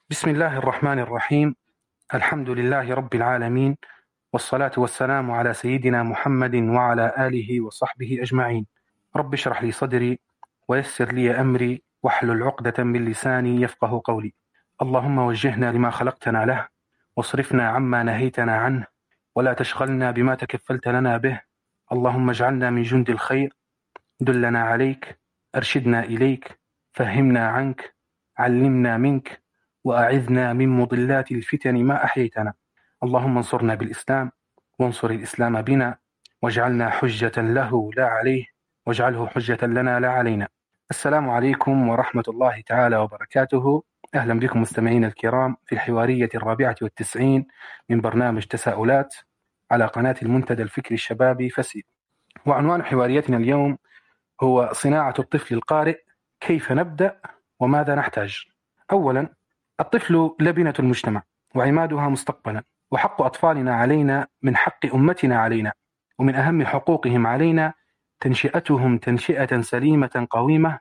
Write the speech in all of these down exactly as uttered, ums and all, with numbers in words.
بسم الله الرحمن الرحيم. الحمد لله رب العالمين، والصلاة والسلام على سيدنا محمد وعلى آله وصحبه أجمعين. رب اشرح لي صدري ويسر لي أمري واحلل عقدة من لساني يفقه قولي. اللهم وجهنا لما خلقتنا له، واصرفنا عما نهيتنا عنه، ولا تشغلنا بما تكفلت لنا به. اللهم اجعلنا من جند الخير، دلنا عليك، أرشدنا إليك، فهمنا عنك، علمنا منك، وأعذنا من مضلات الفتن ما أحييتنا. اللهم انصرنا بالإسلام، وانصر الإسلام بنا، واجعلنا حجة له لا عليه، واجعله حجة لنا لا علينا. السلام عليكم ورحمة الله تعالى وبركاته. أهلا بكم مستمعين الكرام في الحوارية الرابعة والتسعين من برنامج تساؤلات على قناة المنتدى الفكري الشبابي فسيل. وعنوان حواريتنا اليوم هو صناعة الطفل القارئ، كيف نبدأ وماذا نحتاج؟ أولا، الطفل لبنة المجتمع وعمادها مستقبلا، وحق أطفالنا علينا من حق أمتنا علينا، ومن أهم حقوقهم علينا تنشئتهم تنشئة سليمة قويمة.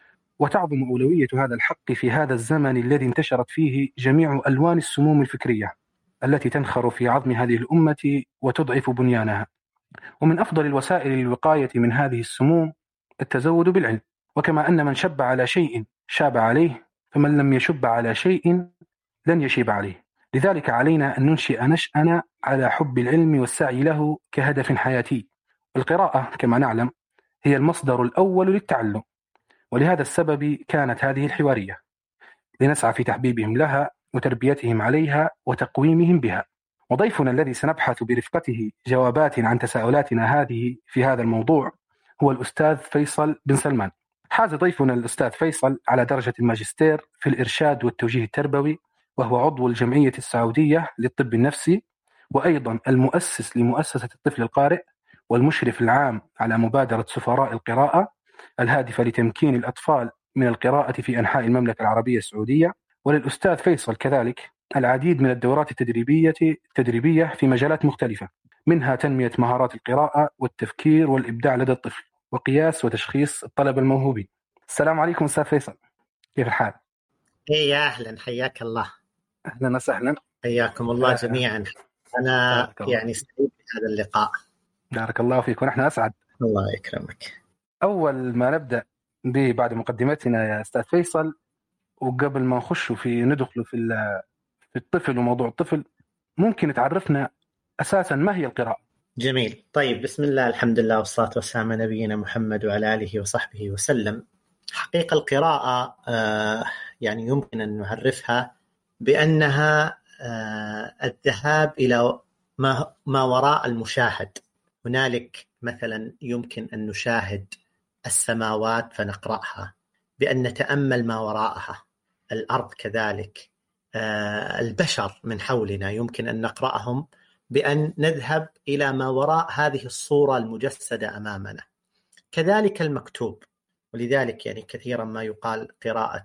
وتعظم أولوية هذا الحق في هذا الزمن الذي انتشرت فيه جميع ألوان السموم الفكرية التي تنخر في عظم هذه الأمة وتضعف بنيانها. ومن أفضل الوسائل للوقاية من هذه السموم التزود بالعلم، وكما أن من شب على شيء شاب عليه، فمن لم يشب على شيء لن يشيب عليه. لذلك علينا أن ننشئ نشأنا على حب العلم والسعي له كهدف حياتي. القراءة كما نعلم هي المصدر الأول للتعلم، ولهذا السبب كانت هذه الحوارية، لنسعى في تحبيبهم لها وتربيتهم عليها وتقويمهم بها. وضيفنا الذي سنبحث برفقته جوابات عن تساؤلاتنا هذه في هذا الموضوع هو الأستاذ فيصل بن سلمان. حاز ضيفنا الأستاذ فيصل على درجة الماجستير في الإرشاد والتوجيه التربوي، وهو عضو الجمعية السعودية للطب النفسي، وأيضا المؤسس لمؤسسة الطفل القارئ، والمشرف العام على مبادرة سفراء القراءة الهادفة لتمكين الأطفال من القراءة في أنحاء المملكة العربية السعودية. وللأستاذ فيصل كذلك العديد من الدورات التدريبية التدريبية في مجالات مختلفة، منها تنمية مهارات القراءة والتفكير والإبداع لدى الطفل، وقياس وتشخيص الطلبة الموهوبين. السلام عليكم أستاذ فيصل، كيف الحال؟ إيه يا أهلا، حياك الله. أهلا وسهلا، حياكم الله جميعا. أنا يعني سعيد بهذا اللقاء. بارك الله فيك، ونحن أسعد. الله يكرمك. أول ما نبدأ بعد مقدمتنا يا أستاذ فيصل، وقبل ما نخش في ندخل في في الطفل وموضوع الطفل، ممكن تعرفنا أساسا ما هي القراءة؟ جميل. طيب، بسم الله، الحمد لله، والصلاة والسلام على نبينا محمد وعلى آله وصحبه وسلم. حقيقة القراءة آه يعني يمكن أن نعرفها بأنها آه الذهاب إلى ما, ما وراء المشاهد. هنالك مثلا يمكن أن نشاهد السماوات فنقرأها، بأن نتأمل ما وراءها. الأرض كذلك، آه البشر من حولنا يمكن أن نقرأهم بأن نذهب إلى ما وراء هذه الصورة المجسدة أمامنا. كذلك المكتوب، ولذلك يعني كثيرا ما يقال قراءة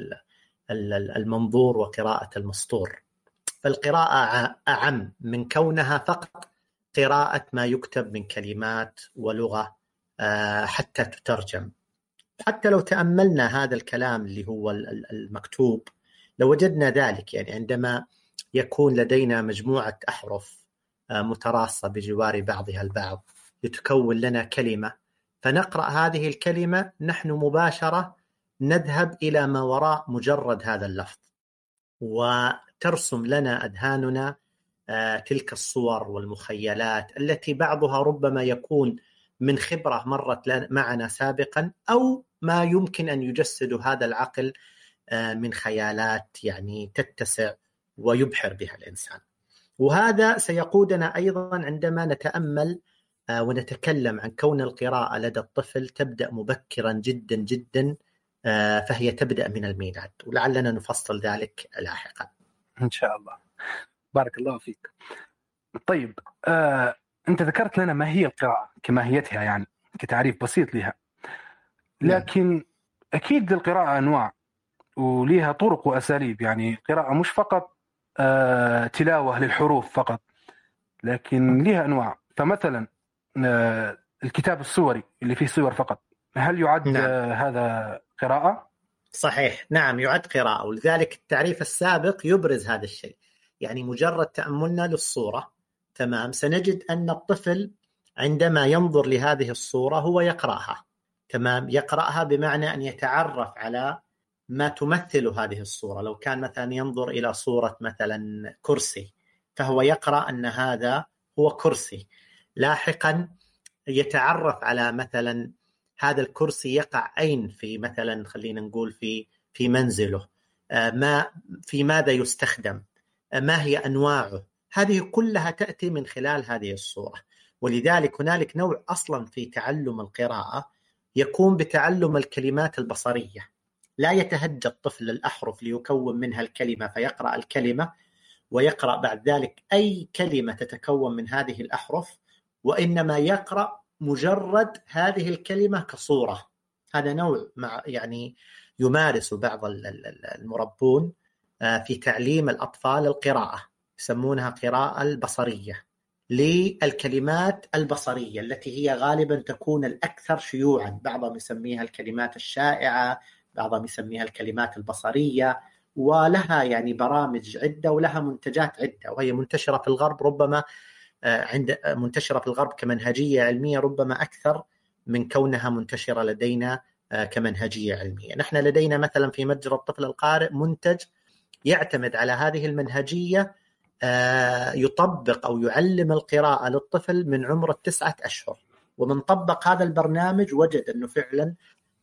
المنظور وقراءة المسطور. فالقراءة أعم من كونها فقط قراءة ما يكتب من كلمات ولغة حتى تترجم. حتى لو تأملنا هذا الكلام اللي هو المكتوب لوجدنا ذلك، يعني عندما يكون لدينا مجموعة أحرف متراصة بجوار بعضها البعض لتكون لنا كلمة، فنقرأ هذه الكلمة نحن مباشرة نذهب إلى ما وراء مجرد هذا اللفظ، وترسم لنا أذهاننا تلك الصور والمخيلات التي بعضها ربما يكون من خبرة مرت معنا سابقا، أو ما يمكن أن يجسد هذا العقل من خيالات يعني تتسع ويبحر بها الإنسان. وهذا سيقودنا أيضا عندما نتأمل ونتكلم عن كون القراءة لدى الطفل تبدأ مبكرا جدا جدا، فهي تبدأ من الميلاد، ولعلنا نفصل ذلك لاحقا إن شاء الله. بارك الله فيك. طيب، آه، أنت ذكرت لنا ما هي القراءة كماهيتها، يعني كتعريف بسيط لها، لكن م. أكيد القراءة أنواع وليها طرق وأساليب. يعني القراءة مش فقط آه، تلاوة للحروف فقط، لكن ليها أنواع. فمثلا الكتاب الصوري اللي فيه صور فقط، هل يعد نعم. هذا قراءة؟ صحيح، نعم يعد قراءة، ولذلك التعريف السابق يبرز هذا الشيء. يعني مجرد تأملنا للصورة تمام سنجد أن الطفل عندما ينظر لهذه الصورة هو يقرأها. تمام، يقرأها بمعنى أن يتعرف على ما تمثل هذه الصورة. لو كان مثلا ينظر إلى صورة مثلا كرسي، فهو يقرأ أن هذا هو كرسي. لاحقا يتعرف على مثلا هذا الكرسي يقع أين في مثلا خلينا نقول في في منزله، ما في ماذا يستخدم، ما هي أنواعه. هذه كلها تأتي من خلال هذه الصورة. ولذلك هنالك نوع أصلا في تعلم القراءة يقوم بتعلم الكلمات البصرية. لا يتهجى الطفل الأحرف ليكون منها الكلمة فيقرأ الكلمة ويقرأ بعد ذلك أي كلمة تتكون من هذه الأحرف، وإنما يقرأ مجرد هذه الكلمة كصورة. هذا نوع مع يعني يمارس بعض المربون في تعليم الأطفال القراءة، يسمونها قراءة البصرية للكلمات البصرية التي هي غالبا تكون الأكثر شيوعا. بعضهم يسميها الكلمات الشائعة، بعضهم يسميها الكلمات البصرية، ولها يعني برامج عدة ولها منتجات عدة، وهي منتشرة في الغرب ربما عند منتشرة في الغرب كمنهجية علمية ربما أكثر من كونها منتشرة لدينا كمنهجية علمية. نحن لدينا مثلا في متجر الطفل القارئ منتج يعتمد على هذه المنهجية، يطبق أو يعلم القراءة للطفل من عمر التسعة أشهر. ومن طبق هذا البرنامج وجد أنه فعلا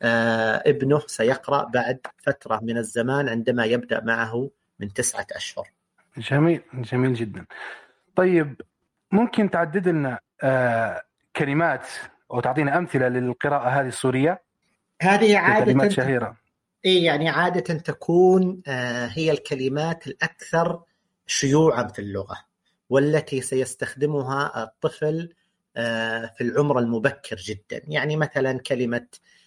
ابنه سيقرأ بعد فترة من الزمان عندما يبدأ معه من تسعة أشهر. جميل جميل جدا. طيب ممكن تعدد لنا آه كلمات أو تعطينا أمثلة للقراءة هذه السورية؟ هذه عادة كلمات شهيرة. إيه يعني عادة تكون آه هي الكلمات الأكثر شيوعا في اللغة، والتي سيستخدمها الطفل آه في العمر المبكر جدا. يعني مثلا كلمة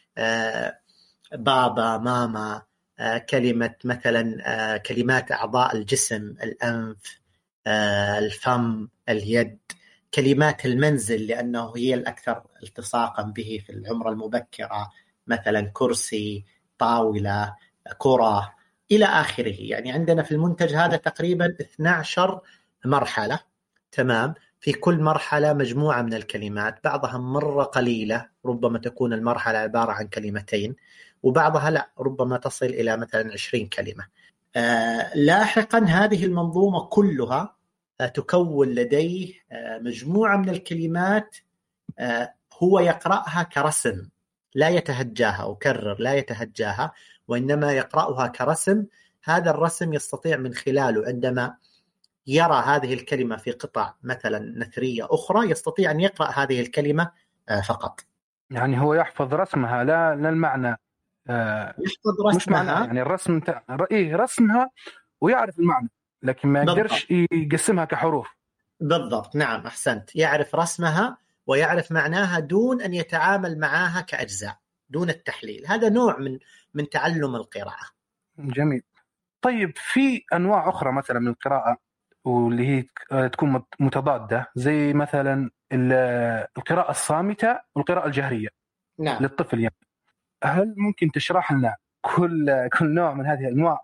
آه بابا، ماما، آه كلمة مثلا آه كلمات أعضاء الجسم، الأنف، آه الفم، اليد، كلمات المنزل لأنه هي الأكثر التصاقا به في العمر المبكرة، مثلا كرسي، طاولة، كرة إلى آخره. يعني عندنا في المنتج هذا تقريبا اثنتي عشرة مرحلة. تمام، في كل مرحلة مجموعة من الكلمات، بعضها مرة قليلة ربما تكون المرحلة عبارة عن كلمتين، وبعضها لا ربما تصل إلى مثلا عشرين كلمة. آه لاحقا هذه المنظومة كلها آه تكون لديه آه مجموعة من الكلمات آه هو يقرأها كرسم، لا يتهجاها، وكرر لا يتهجاها، وإنما يقرأها كرسم. هذا الرسم يستطيع من خلاله عندما يرى هذه الكلمة في قطع مثلا نثرية أخرى يستطيع أن يقرأ هذه الكلمة فقط. يعني هو يحفظ رسمها لا لا المعنى. آه يحفظ رسمها، مش معنى يعني الرسم ت... إيه رسمها ويعرف المعنى، لكن ما يقدرش يقسمها كحروف. بالضبط، نعم أحسنت. يعرف رسمها ويعرف معناها دون أن يتعامل معها كأجزاء، دون التحليل. هذا نوع من من تعلم القراءة. جميل. طيب في أنواع أخرى مثلا من القراءة واللي هي تكون متضادة، زي مثلا القراءة الصامتة والقراءة الجهرية. نعم. للطفل يعني. هل ممكن تشرح لنا كل كل نوع من هذه الأنواع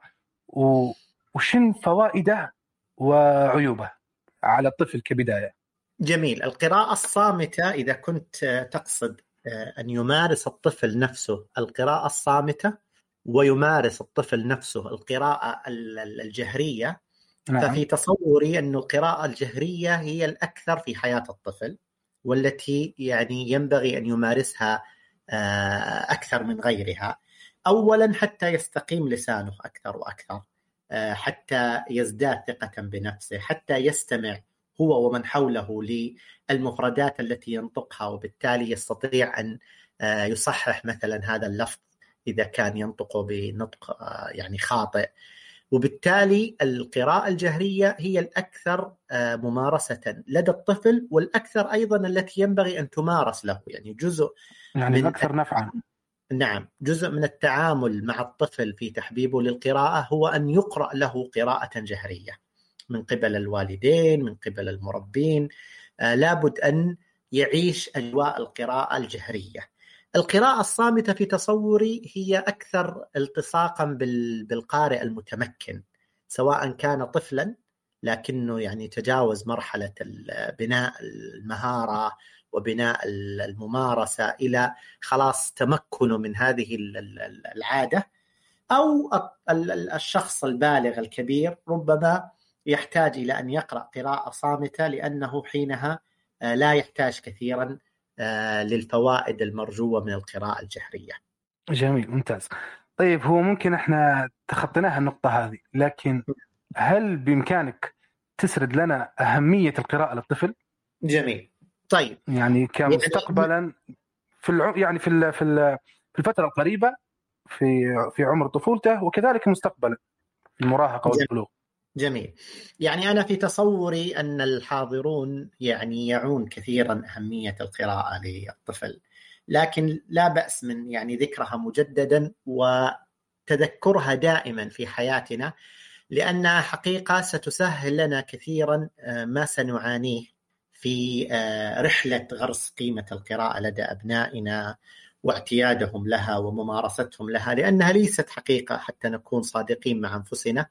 وشن فوائده وعيوبه على الطفل كبداية؟ جميل. القراءة الصامتة إذا كنت تقصد أن يمارس الطفل نفسه القراءة الصامتة ويمارس الطفل نفسه القراءة الجهرية، نعم. ففي تصوري أن القراءة الجهرية هي الأكثر في حياة الطفل، والتي يعني ينبغي أن يمارسها أكثر من غيرها. أولا حتى يستقيم لسانه أكثر وأكثر، حتى يزداد ثقة بنفسه، حتى يستمع هو ومن حوله للمفردات التي ينطقها، وبالتالي يستطيع أن يصحح مثلا هذا اللفظ إذا كان ينطقه بنطق يعني خاطئ. وبالتالي القراءة الجهرية هي الأكثر ممارسة لدى الطفل، والأكثر أيضا التي ينبغي أن تمارس له. يعني جزء يعني من الأكثر نفعا. نعم، جزء من التعامل مع الطفل في تحبيبه للقراءة هو أن يقرأ له قراءة جهرية من قبل الوالدين، من قبل المربين. آه لابد أن يعيش أجواء القراءة الجهرية. القراءة الصامتة في تصوري هي أكثر التصاقا بالقارئ المتمكن، سواء كان طفلا لكنه يعني تجاوز مرحلة بناء المهارة وبناء الممارسة إلى خلاص تمكنه من هذه العادة، أو الشخص البالغ الكبير ربما يحتاج إلى أن يقرأ قراءة صامتة، لأنه حينها لا يحتاج كثيرا للفوائد المرجوة من القراءة الجهرية. جميل، ممتاز. طيب، هو ممكن احنا تخطيناها النقطة هذه، لكن هل بإمكانك تسرد لنا أهمية القراءة للطفل؟ جميل. طيب، يعني كمستقبلا في الع... يعني في ال... في ال... في الفترة القريبة في في عمر طفولته، وكذلك مستقبلا في المراهقة والبلوغ. جميل. يعني أنا في تصوري أن الحاضرون يعني يعون كثيرا أهمية القراءة للطفل، لكن لا بأس من يعني ذكرها مجددا وتذكرها دائما في حياتنا، لأنها حقيقة ستسهل لنا كثيرا ما سنعانيه في رحلة غرس قيمة القراءة لدى أبنائنا واعتيادهم لها وممارستهم لها، لأنها ليست حقيقة، حتى نكون صادقين مع أنفسنا،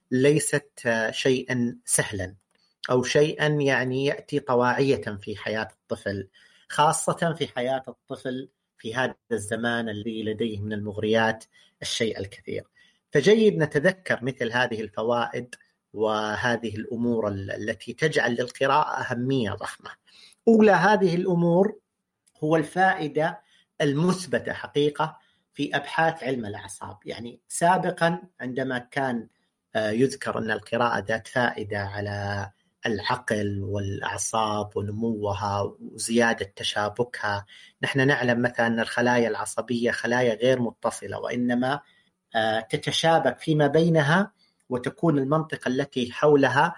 ليست شيئا سهلا أو شيئا يعني يأتي طواعية في حياة الطفل، خاصة في حياة الطفل في هذا الزمان الذي لديه من المغريات الشيء الكثير. فجيد نتذكر مثل هذه الفوائد وهذه الأمور التي تجعل للقراءة أهمية ضخمة. أولى هذه الأمور هو الفائدة المثبتة حقيقة في أبحاث علم الأعصاب. يعني سابقا عندما كان يذكر أن القراءة ذات فائدة على العقل والأعصاب ونموها وزيادة تشابكها، نحن نعلم مثلا أن الخلايا العصبية خلايا غير متصلة، وإنما تتشابك فيما بينها، وتكون المنطقة التي حولها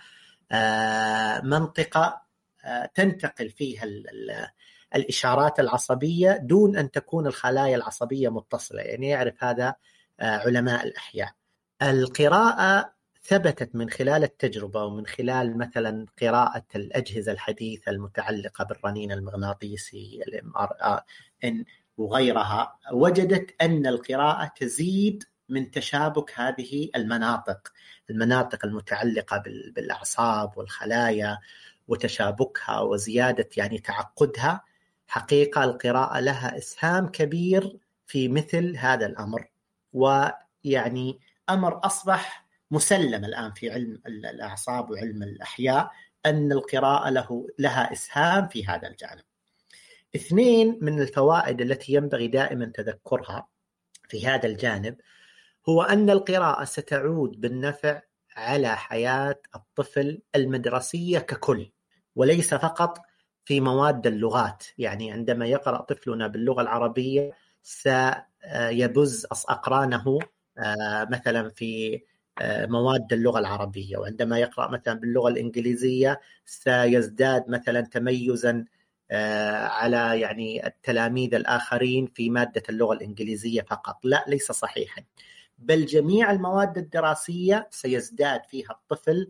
منطقة تنتقل فيها الإشارات العصبية دون أن تكون الخلايا العصبية متصلة. يعني يعرف هذا علماء الأحياء. القراءة ثبتت من خلال التجربة ومن خلال مثلا قراءة الأجهزة الحديثة المتعلقة بالرنين المغناطيسي الام ار ان وغيرها، وجدت أن القراءة تزيد من تشابك هذه المناطق المناطق المتعلقة بالأعصاب والخلايا وتشابكها وزيادة يعني تعقدها. حقيقة القراءة لها إسهام كبير في مثل هذا الأمر، ويعني أمر أصبح مسلم الآن في علم الأعصاب وعلم الأحياء أن القراءة له لها إسهام في هذا الجانب. اثنين من الفوائد التي ينبغي دائما تذكرها في هذا الجانب هو أن القراءة ستعود بالنفع على حياة الطفل المدرسية ككل، وليس فقط في مواد اللغات. يعني عندما يقرأ طفلنا باللغة العربية سيبز أقرانه مثلا في مواد اللغة العربية، وعندما يقرأ مثلا باللغة الإنجليزية سيزداد مثلا تميزا على يعني التلاميذ الآخرين في مادة اللغة الإنجليزية فقط. لا، ليس صحيحا، بل جميع المواد الدراسية سيزداد فيها الطفل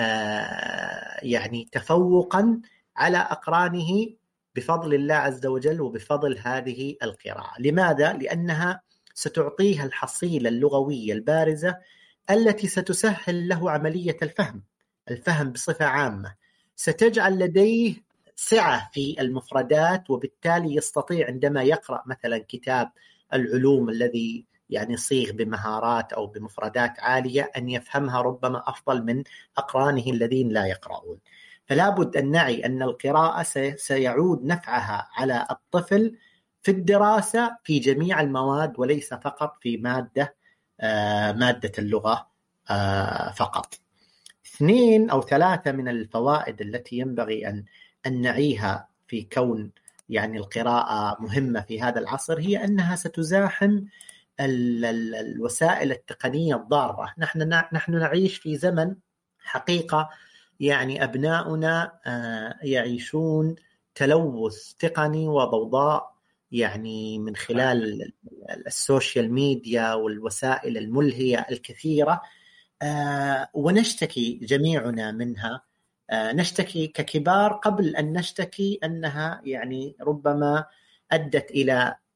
يعني تفوقا على أقرانه بفضل الله عز وجل وبفضل هذه القراءة. لماذا؟ لأنها ستعطيها الحصيلة اللغوية البارزة التي ستسهل له عملية الفهم الفهم بصفة عامة، ستجعل لديه سعة في المفردات، وبالتالي يستطيع عندما يقرأ مثلا كتاب العلوم الذي يعني صيغ بمهارات أو بمفردات عالية أن يفهمها ربما أفضل من أقرانه الذين لا يقرؤون. فلا بد أن نعي أن القراءة سيعود نفعها على الطفل في الدراسة في جميع المواد، وليس فقط في مادة آه مادة اللغة آه فقط. اثنين أو ثلاثة من الفوائد التي ينبغي أن أن نعيها في كون يعني القراءة مهمة في هذا العصر هي أنها ستزاحم ال ال الوسائل التقنية الضارة. نحن نحن نعيش في زمن حقيقة يعني أبناؤنا آه يعيشون تلوث تقني وضوضاء يعني من خلال السوشيال ميديا والوسائل الملهية الكثيرة، آه ونشتكي جميعنا منها. آه نشتكي ككبار قبل أن نشتكي أنها يعني ربما أدت إلى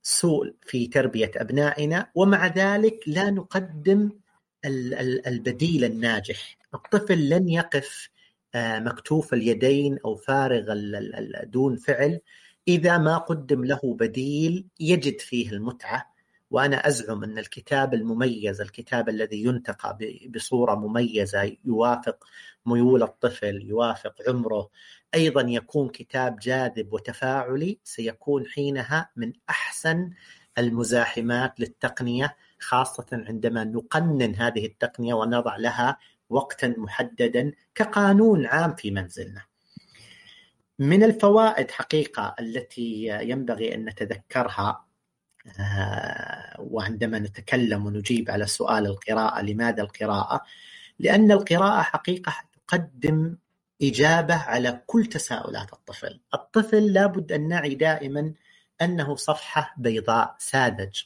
سوء في تربية أبنائنا، ومع ذلك لا نقدم البديل الناجح. الطفل لن يقف مكتوف اليدين أو فارغ دون فعل إذا ما قدم له بديل يجد فيه المتعة. وأنا أزعم أن الكتاب المميز، الكتاب الذي ينتقى بصورة مميزة يوافق ميول الطفل، يوافق عمره، أيضا يكون كتاب جاذب وتفاعلي، سيكون حينها من أحسن المزاحمات للتقنية، خاصة عندما نقنن هذه التقنية ونضع لها وقتا محددا كقانون عام في منزلنا. من الفوائد حقيقة التي ينبغي أن نتذكرها وعندما نتكلم ونجيب على سؤال القراءة، لماذا القراءة؟ لأن القراءة حقيقة تقدم إجابة على كل تساؤلات الطفل. الطفل لابد أن نعي دائما أنه صفحة بيضاء ساذج،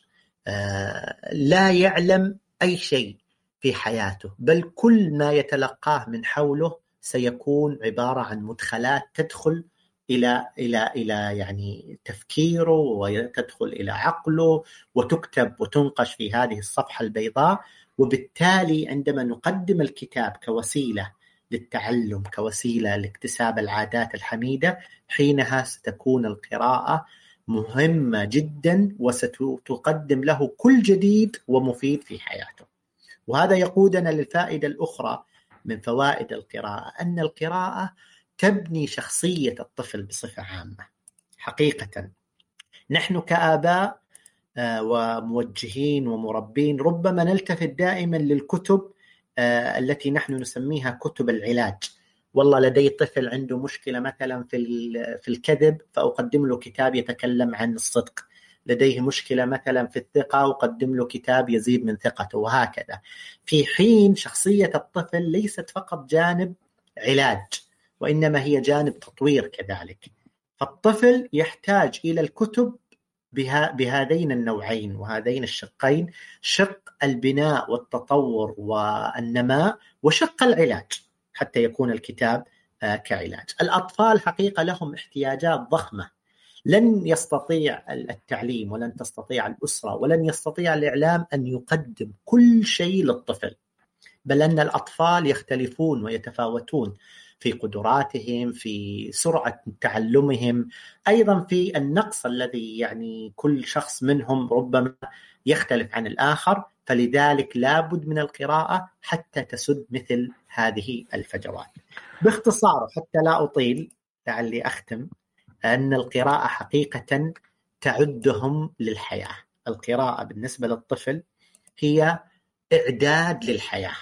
لا يعلم أي شيء في حياته، بل كل ما يتلقاه من حوله سيكون عبارة عن مدخلات تدخل إلى إلى إلى يعني تفكيره وتدخل إلى عقله وتكتب وتنقش في هذه الصفحة البيضاء. وبالتالي عندما نقدم الكتاب كوسيلة للتعلم، كوسيلة لاكتساب العادات الحميدة، حينها ستكون القراءة مهمة جدا وستقدم له كل جديد ومفيد في حياته. وهذا يقودنا للفائدة الأخرى من فوائد القراءة، أن القراءة تبني شخصية الطفل بصفة عامة. حقيقة نحن كآباء وموجهين ومربين ربما نلتفت دائما للكتب التي نحن نسميها كتب العلاج. والله لدي طفل عنده مشكلة مثلا في في الكذب، فأقدم له كتاب يتكلم عن الصدق. لديه مشكلة مثلا في الثقة، وقدم له كتاب يزيد من ثقته، وهكذا. في حين شخصية الطفل ليست فقط جانب علاج، وإنما هي جانب تطوير كذلك. فالطفل يحتاج إلى الكتب بها بهذين النوعين وهذين الشقين، شق البناء والتطور والنماء، وشق العلاج حتى يكون الكتاب كعلاج. الأطفال حقيقة لهم احتياجات ضخمة، لن يستطيع التعليم ولن تستطيع الأسرة ولن يستطيع الإعلام أن يقدم كل شيء للطفل، بل أن الأطفال يختلفون ويتفاوتون في قدراتهم، في سرعة تعلمهم، أيضا في النقص الذي يعني كل شخص منهم ربما يختلف عن الآخر. فلذلك لابد من القراءة حتى تسد مثل هذه الفجوات. باختصار حتى لا أطيل، لعلي أختم، أن القراءة حقيقة تعدهم للحياة. القراءة بالنسبة للطفل هي إعداد للحياة،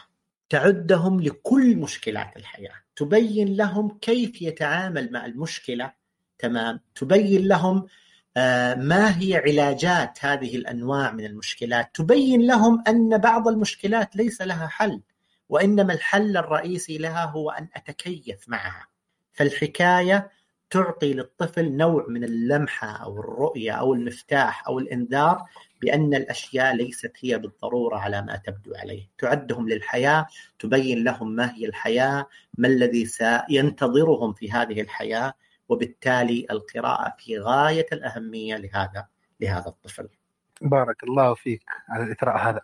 تعدهم لكل مشكلات الحياة، تبين لهم كيف يتعامل مع المشكلة، تمام، تبين لهم آه ما هي علاجات هذه الأنواع من المشكلات، تبين لهم أن بعض المشكلات ليس لها حل، وإنما الحل الرئيسي لها هو أن أتكيف معها. فالحكاية تعطي للطفل نوع من اللمحة أو الرؤية أو المفتاح أو الإنذار بأن الأشياء ليست هي بالضرورة على ما تبدو عليه. تعدهم للحياة، تبين لهم ما هي الحياة، ما الذي سينتظرهم في هذه الحياة. وبالتالي القراءة في غاية الأهمية لهذا لهذا الطفل. بارك الله فيك على الإثراء هذا.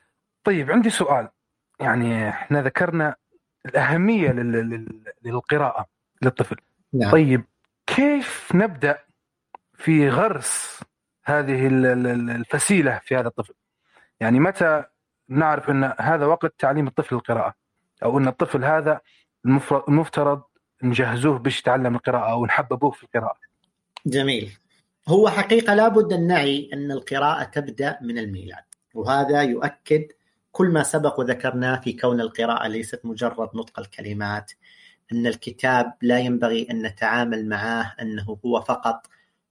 طيب عندي سؤال، يعني احنا ذكرنا الأهمية للقراءة للطفل. نعم. طيب كيف نبدأ في غرس هذه الفسيلة في هذا الطفل؟ يعني متى نعرف أن هذا وقت تعليم الطفل القراءة، أو أن الطفل هذا المفترض نجهزوه باش يتعلم القراءة أو نحببوه في القراءة؟ جميل. هو حقيقة لابد أن نعي أن القراءة تبدأ من الميلاد، وهذا يؤكد كل ما سبق وذكرناه في كون القراءة ليست مجرد نطق الكلمات، أن الكتاب لا ينبغي أن نتعامل معه أنه هو فقط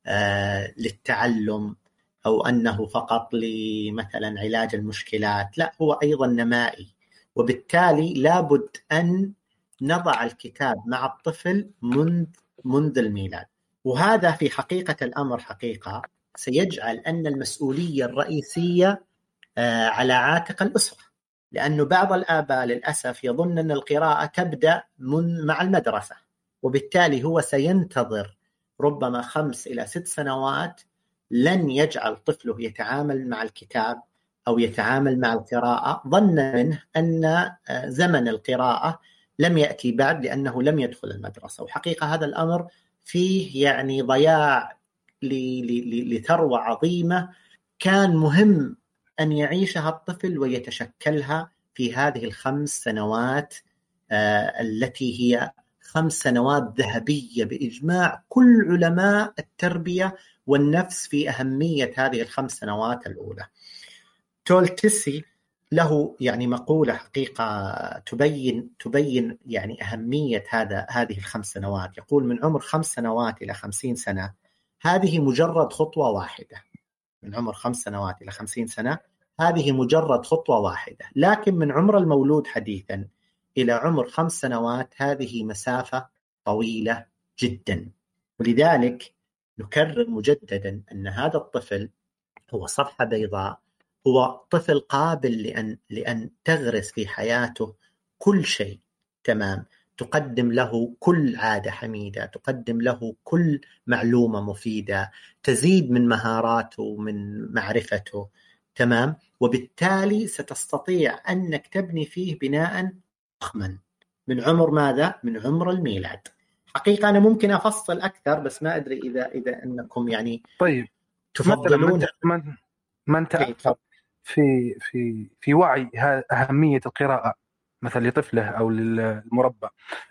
آه للتعلم أو أنه فقط لمثلا علاج المشكلات، لا، هو أيضا نمائي. وبالتالي لابد أن نضع الكتاب مع الطفل منذ منذ الميلاد. وهذا في حقيقة الأمر حقيقة سيجعل أن المسؤولية الرئيسية آه على عاتق الأسرة، لأنه بعض الآباء للأسف يظن أن القراءة تبدأ من مع المدرسة، وبالتالي هو سينتظر ربما خمس إلى ست سنوات لن يجعل طفله يتعامل مع الكتاب أو يتعامل مع القراءة ظنا منه أن زمن القراءة لم يأتي بعد لأنه لم يدخل المدرسة. وحقيقة هذا الأمر فيه يعني ضياع لثروة عظيمة كان مهم أن يعيشها الطفل ويتشكلها في هذه الخمس سنوات التي هي خمس سنوات ذهبية بإجماع كل علماء التربية والنفس في أهمية هذه الخمس سنوات الأولى. تولتسي له يعني مقولة حقيقة تبين تبين يعني أهمية هذا هذه الخمس سنوات. يقول: من عمر خمس سنوات إلى خمسين سنة هذه مجرد خطوة واحدة. من عمر خمس سنوات إلى خمسين سنة هذه مجرد خطوة واحدة، لكن من عمر المولود حديثا إلى عمر خمس سنوات هذه مسافة طويلة جدا. ولذلك نكرر مجددا أن هذا الطفل هو صفحة بيضاء، هو طفل قابل لأن, لأن تغرس في حياته كل شيء تمام، تقدم له كل عادة حميدة، تقدم له كل معلومة مفيدة، تزيد من مهاراته ومن معرفته تمام. وبالتالي ستستطيع أنك تبني فيه بناء ضخما من عمر ماذا؟ من عمر الميلاد. حقيقة أنا ممكن أفصل أكثر بس ما أدري إذا إذا أنكم يعني طيب تفضلون من من تأثر في في في وعي أهمية القراءة مثلا لطفله أو للمربى،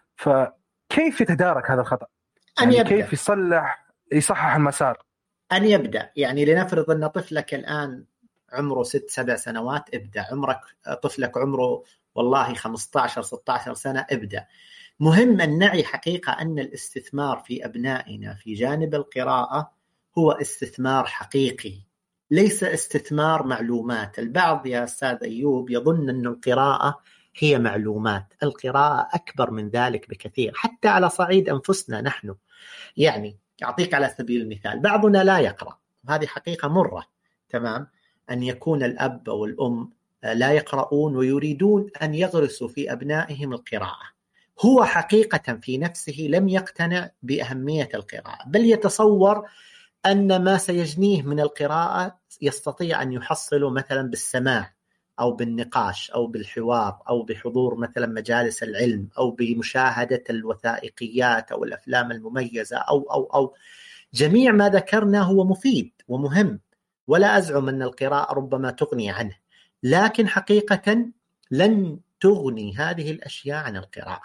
فكيف يتدارك هذا الخطأ؟ أن يعني يبدأ. كيف يصلح يصحح المسار؟ أن يبدأ. يعني لنفرض أن طفلك الآن عمره ست سبع سنوات، ابدأ. عمرك طفلك عمره والله خمسة عشر ستة عشر سنة، ابدأ. مهم أن نعي حقيقة أن الاستثمار في أبنائنا في جانب القراءة هو استثمار حقيقي، ليس استثمار معلومات. البعض يا أستاذ أيوب يظن أن القراءة هي معلومات. القراءة أكبر من ذلك بكثير، حتى على صعيد أنفسنا نحن. يعني أعطيك على سبيل المثال، بعضنا لا يقرأ، وهذه حقيقة مرة تمام، أن يكون الأب أو الأم لا يقرؤون ويريدون أن يغرسوا في أبنائهم القراءة. هو حقيقة في نفسه لم يقتنع بأهمية القراءة، بل يتصور أن ما سيجنيه من القراءة يستطيع أن يحصله مثلا بالسماع أو بالنقاش أو بالحوار أو بحضور مثلا مجالس العلم أو بمشاهدة الوثائقيات أو الأفلام المميزة أو أو أو جميع ما ذكرنا هو مفيد ومهم، ولا أزعم أن القراءة ربما تغني عنه، لكن حقيقة لن تغني هذه الأشياء عن القراءة.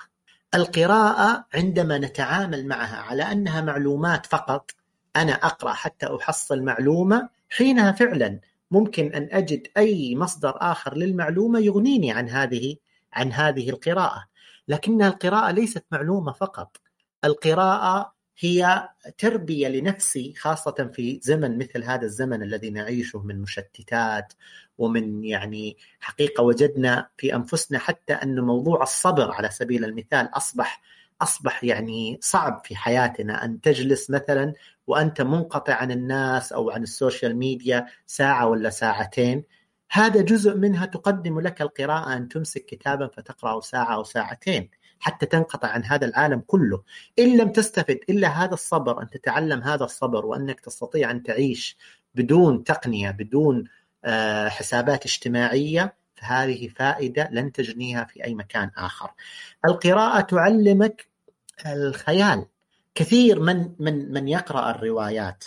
القراءة عندما نتعامل معها على أنها معلومات فقط، أنا أقرأ حتى أحصل معلومة، حينها فعلا ممكن أن أجد أي مصدر آخر للمعلومة يغنيني عن هذه عن هذه القراءة. لكنها القراءة ليست معلومة فقط، القراءة هي تربية لنفسي، خاصة في زمن مثل هذا الزمن الذي نعيشه من مشتتات ومن يعني حقيقة وجدنا في أنفسنا حتى أن موضوع الصبر على سبيل المثال أصبح أصبح يعني صعب في حياتنا. أن تجلس مثلا وأنت منقطع عن الناس أو عن السوشيال ميديا ساعة ولا ساعتين، هذا جزء منها تقدم لك القراءة، أن تمسك كتابا فتقرأ ساعة أو ساعتين حتى تنقطع عن هذا العالم كله. إن لم تستفد إلا هذا الصبر، أن تتعلم هذا الصبر وأنك تستطيع أن تعيش بدون تقنية، بدون آه حسابات اجتماعية، فهذه فائدة لن تجنيها في أي مكان آخر. القراءة تعلمك الخيال. كثير من من من يقرأ الروايات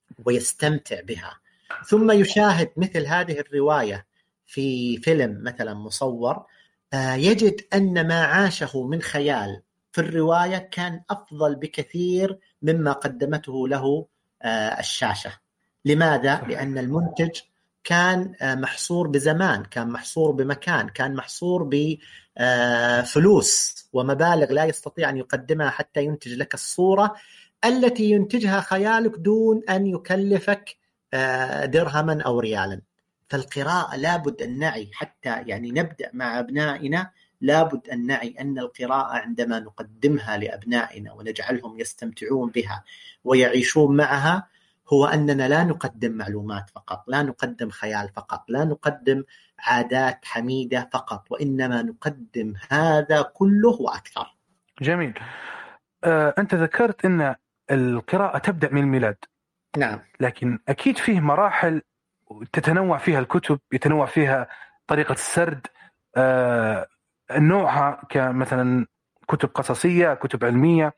ويستمتع بها ثم يشاهد مثل هذه الرواية في فيلم مثلا مصور، يجد أن ما عاشه من خيال في الرواية كان أفضل بكثير مما قدمته له الشاشة. لماذا؟ لأن المنتج كان محصور بزمان، كان محصور بمكان، كان محصور بفلوس ومبالغ لا يستطيع أن يقدمها حتى ينتج لك الصورة التي ينتجها خيالك دون أن يكلفك درهما أو ريالا. فالقراءة لابد أن نعي، حتى يعني نبدأ مع أبنائنا لابد أن نعي أن القراءة عندما نقدمها لأبنائنا ونجعلهم يستمتعون بها ويعيشون معها، هو أننا لا نقدم معلومات فقط، لا نقدم خيال فقط، لا نقدم عادات حميدة فقط، وإنما نقدم هذا كله وأكثر. جميل. أه، أنت ذكرت أن القراءة تبدأ من الميلاد، نعم. لكن أكيد فيه مراحل تتنوع فيها الكتب، يتنوع فيها طريقة السرد، آه نوعها كمثلا كتب قصصية، كتب علمية.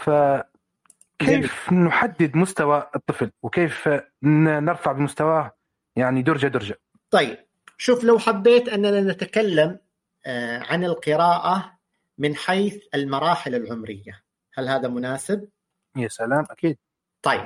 فكيف جميل. نحدد مستوى الطفل وكيف نرفع بمستواه يعني درجة درجة؟ طيب شوف، لو حبيت أننا نتكلم عن القراءة من حيث المراحل العمرية، هل هذا مناسب؟ يا سلام، أكيد. طيب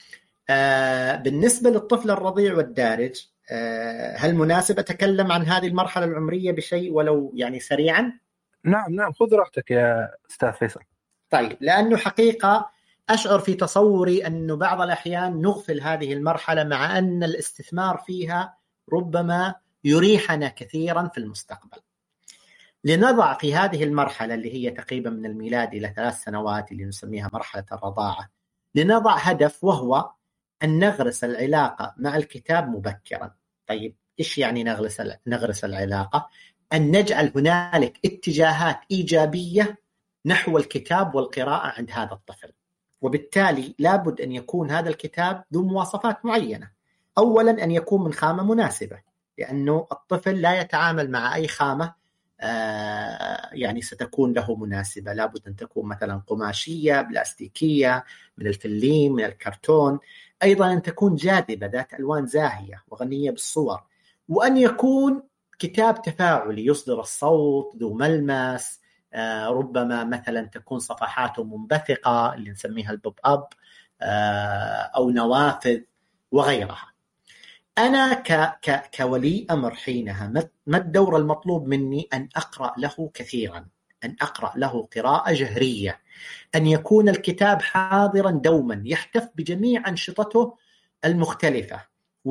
آه بالنسبة للطفل الرضيع والدارج، آه هل مناسب أتكلم عن هذه المرحلة العمرية بشيء ولو يعني سريعا؟ نعم نعم، خذ راحتك يا أستاذ فيصل. طيب، لأنه حقيقة أشعر في تصوري أنه بعض الأحيان نغفل هذه المرحلة، مع أن الاستثمار فيها ربما يريحنا كثيرا في المستقبل. لنضع في هذه المرحلة اللي هي تقريبا من الميلاد إلى ثلاث سنوات اللي نسميها مرحلة الرضاعة، لنضع هدف، وهو أن نغرس العلاقة مع الكتاب مبكرا. طيب إيش يعني نغرس نغرس العلاقة؟ أن نجعل هنالك اتجاهات إيجابية نحو الكتاب والقراءة عند هذا الطفل، وبالتالي لابد أن يكون هذا الكتاب ذو مواصفات معينة. أولا أن يكون من خامة مناسبة، لأنه الطفل لا يتعامل مع أي خامة آه يعني ستكون له مناسبة. لابد أن تكون مثلا قماشية، بلاستيكية، من الفلين، من الكرتون. أيضا أن تكون جاذبة، ذات ألوان زاهية وغنية بالصور، وأن يكون كتاب تفاعلي يصدر الصوت، ذو ملمس، آه ربما مثلا تكون صفحاته منبثقة اللي نسميها البوب أب، آه أو نوافذ وغيرها. أنا ك ك كولي أمر حينها ما الدور المطلوب مني؟ أن أقرأ له كثيرا، أن أقرأ له قراءة جهرية، أن يكون الكتاب حاضرا دوما، يحتف بجميع أنشطته المختلفة،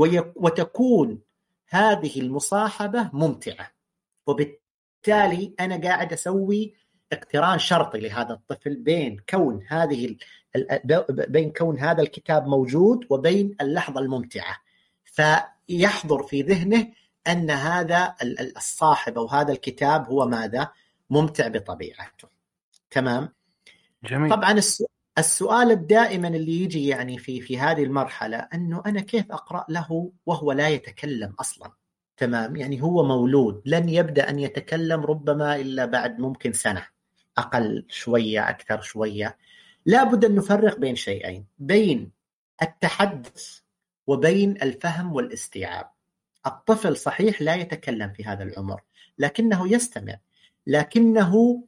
وتكون هذه المصاحبة ممتعة. وبالتالي أنا قاعد أسوي اقتران شرطي لهذا الطفل بين كون هذه بين كون هذا الكتاب موجود وبين اللحظة الممتعة، فيحضر في ذهنه أن هذا الصاحب أو هذا الكتاب هو ماذا؟ ممتع بطبيعته. تمام؟ جميل. طبعا السؤال الدائما اللي يجي يعني في في هذه المرحلة أنه أنا كيف أقرأ له وهو لا يتكلم أصلا؟ تمام؟ يعني هو مولود، لن يبدأ أن يتكلم ربما إلا بعد ممكن سنة، أقل شوية أكثر شوية. لابد أن نفرق بين شيئين، بين التحدث وبين الفهم والاستيعاب. الطفل صحيح لا يتكلم في هذا العمر، لكنه يستمع، لكنه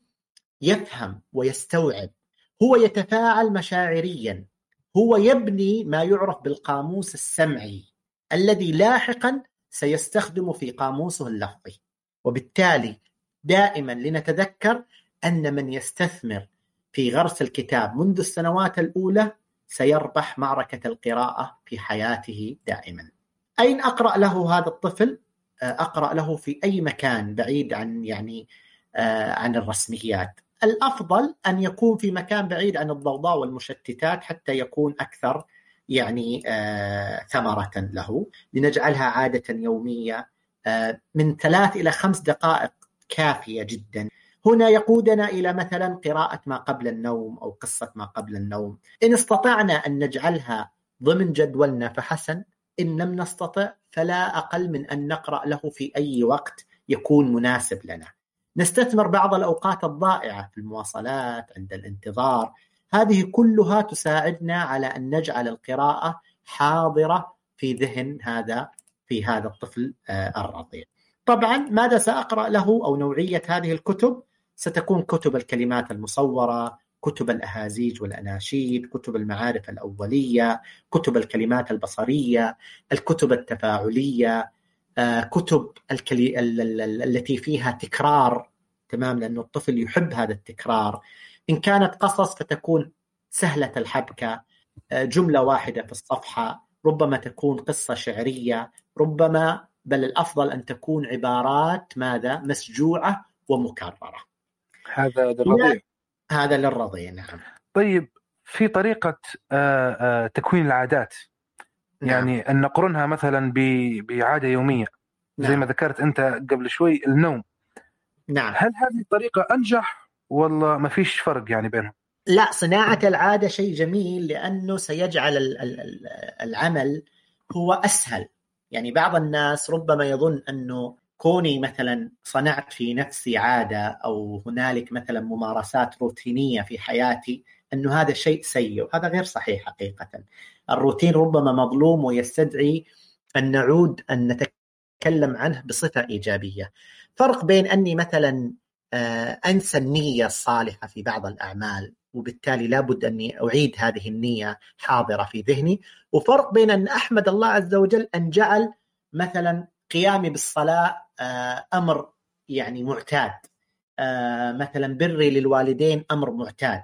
يفهم ويستوعب، هو يتفاعل مشاعريا، هو يبني ما يعرف بالقاموس السمعي الذي لاحقا سيستخدم في قاموسه اللفظي. وبالتالي دائما لنتذكر أن من يستثمر في غرس الكتاب منذ السنوات الأولى سيربح معركة القراءة في حياته دائما. أين أقرأ له هذا الطفل؟ أقرأ له في أي مكان بعيد عن يعني عن الرسميات. الأفضل أن يكون في مكان بعيد عن الضوضاء والمشتتات حتى يكون أكثر يعني آه ثمرة له. لنجعلها عادة يومية، آه من ثلاث إلى خمس دقائق كافية جدا. هنا يقودنا إلى مثلا قراءة ما قبل النوم أو قصة ما قبل النوم. إن استطعنا أن نجعلها ضمن جدولنا فحسن، إن لم نستطع فلا أقل من أن نقرأ له في أي وقت يكون مناسب لنا. نستثمر بعض الأوقات الضائعة في المواصلات، عند الانتظار، هذه كلها تساعدنا على أن نجعل القراءة حاضرة في ذهن هذا في هذا الطفل الرضيع. طبعا ماذا سأقرأ له أو نوعية هذه الكتب؟ ستكون كتب الكلمات المصورة، كتب الأهازيج والأناشيد، كتب المعارف الأولية، كتب الكلمات البصرية، الكتب التفاعلية، آه، كتب الكلي... التي فيها تكرار. تمام؟ لأن الطفل يحب هذا التكرار. إن كانت قصص فتكون سهلة الحبكة، آه، جملة واحدة في الصفحة، ربما تكون قصة شعرية، ربما بل الأفضل أن تكون عبارات ماذا؟ مسجوعة ومكررة. هذا للرضيع. هذا للرضيع، نعم. طيب، في طريقة آه، آه، تكوين العادات، يعني نعم. أن نقرنها مثلا بعادة يومية، نعم. زي ما ذكرت أنت قبل شوي النوم. نعم. هل هذه الطريقة أنجح ولا ما فيش فرق يعني بينهم؟ لا، صناعة العادة شيء جميل لأنه سيجعل العمل هو أسهل. يعني بعض الناس ربما يظن أنه كوني مثلا صنعت في نفسي عادة أو هنالك مثلا ممارسات روتينية في حياتي أنه هذا شيء سيء، وهذا غير صحيح حقيقة. الروتين ربما مظلوم ويستدعي أن نعود أن نتكلم عنه بصفة إيجابية. فرق بين أني مثلا أنسى النية الصالحة في بعض الأعمال وبالتالي لابد أني أعيد هذه النية حاضرة في ذهني، وفرق بين أن أحمد الله عز وجل أن جعل مثلا قيامي بالصلاة أمر يعني معتاد، مثلا بري للوالدين أمر معتاد،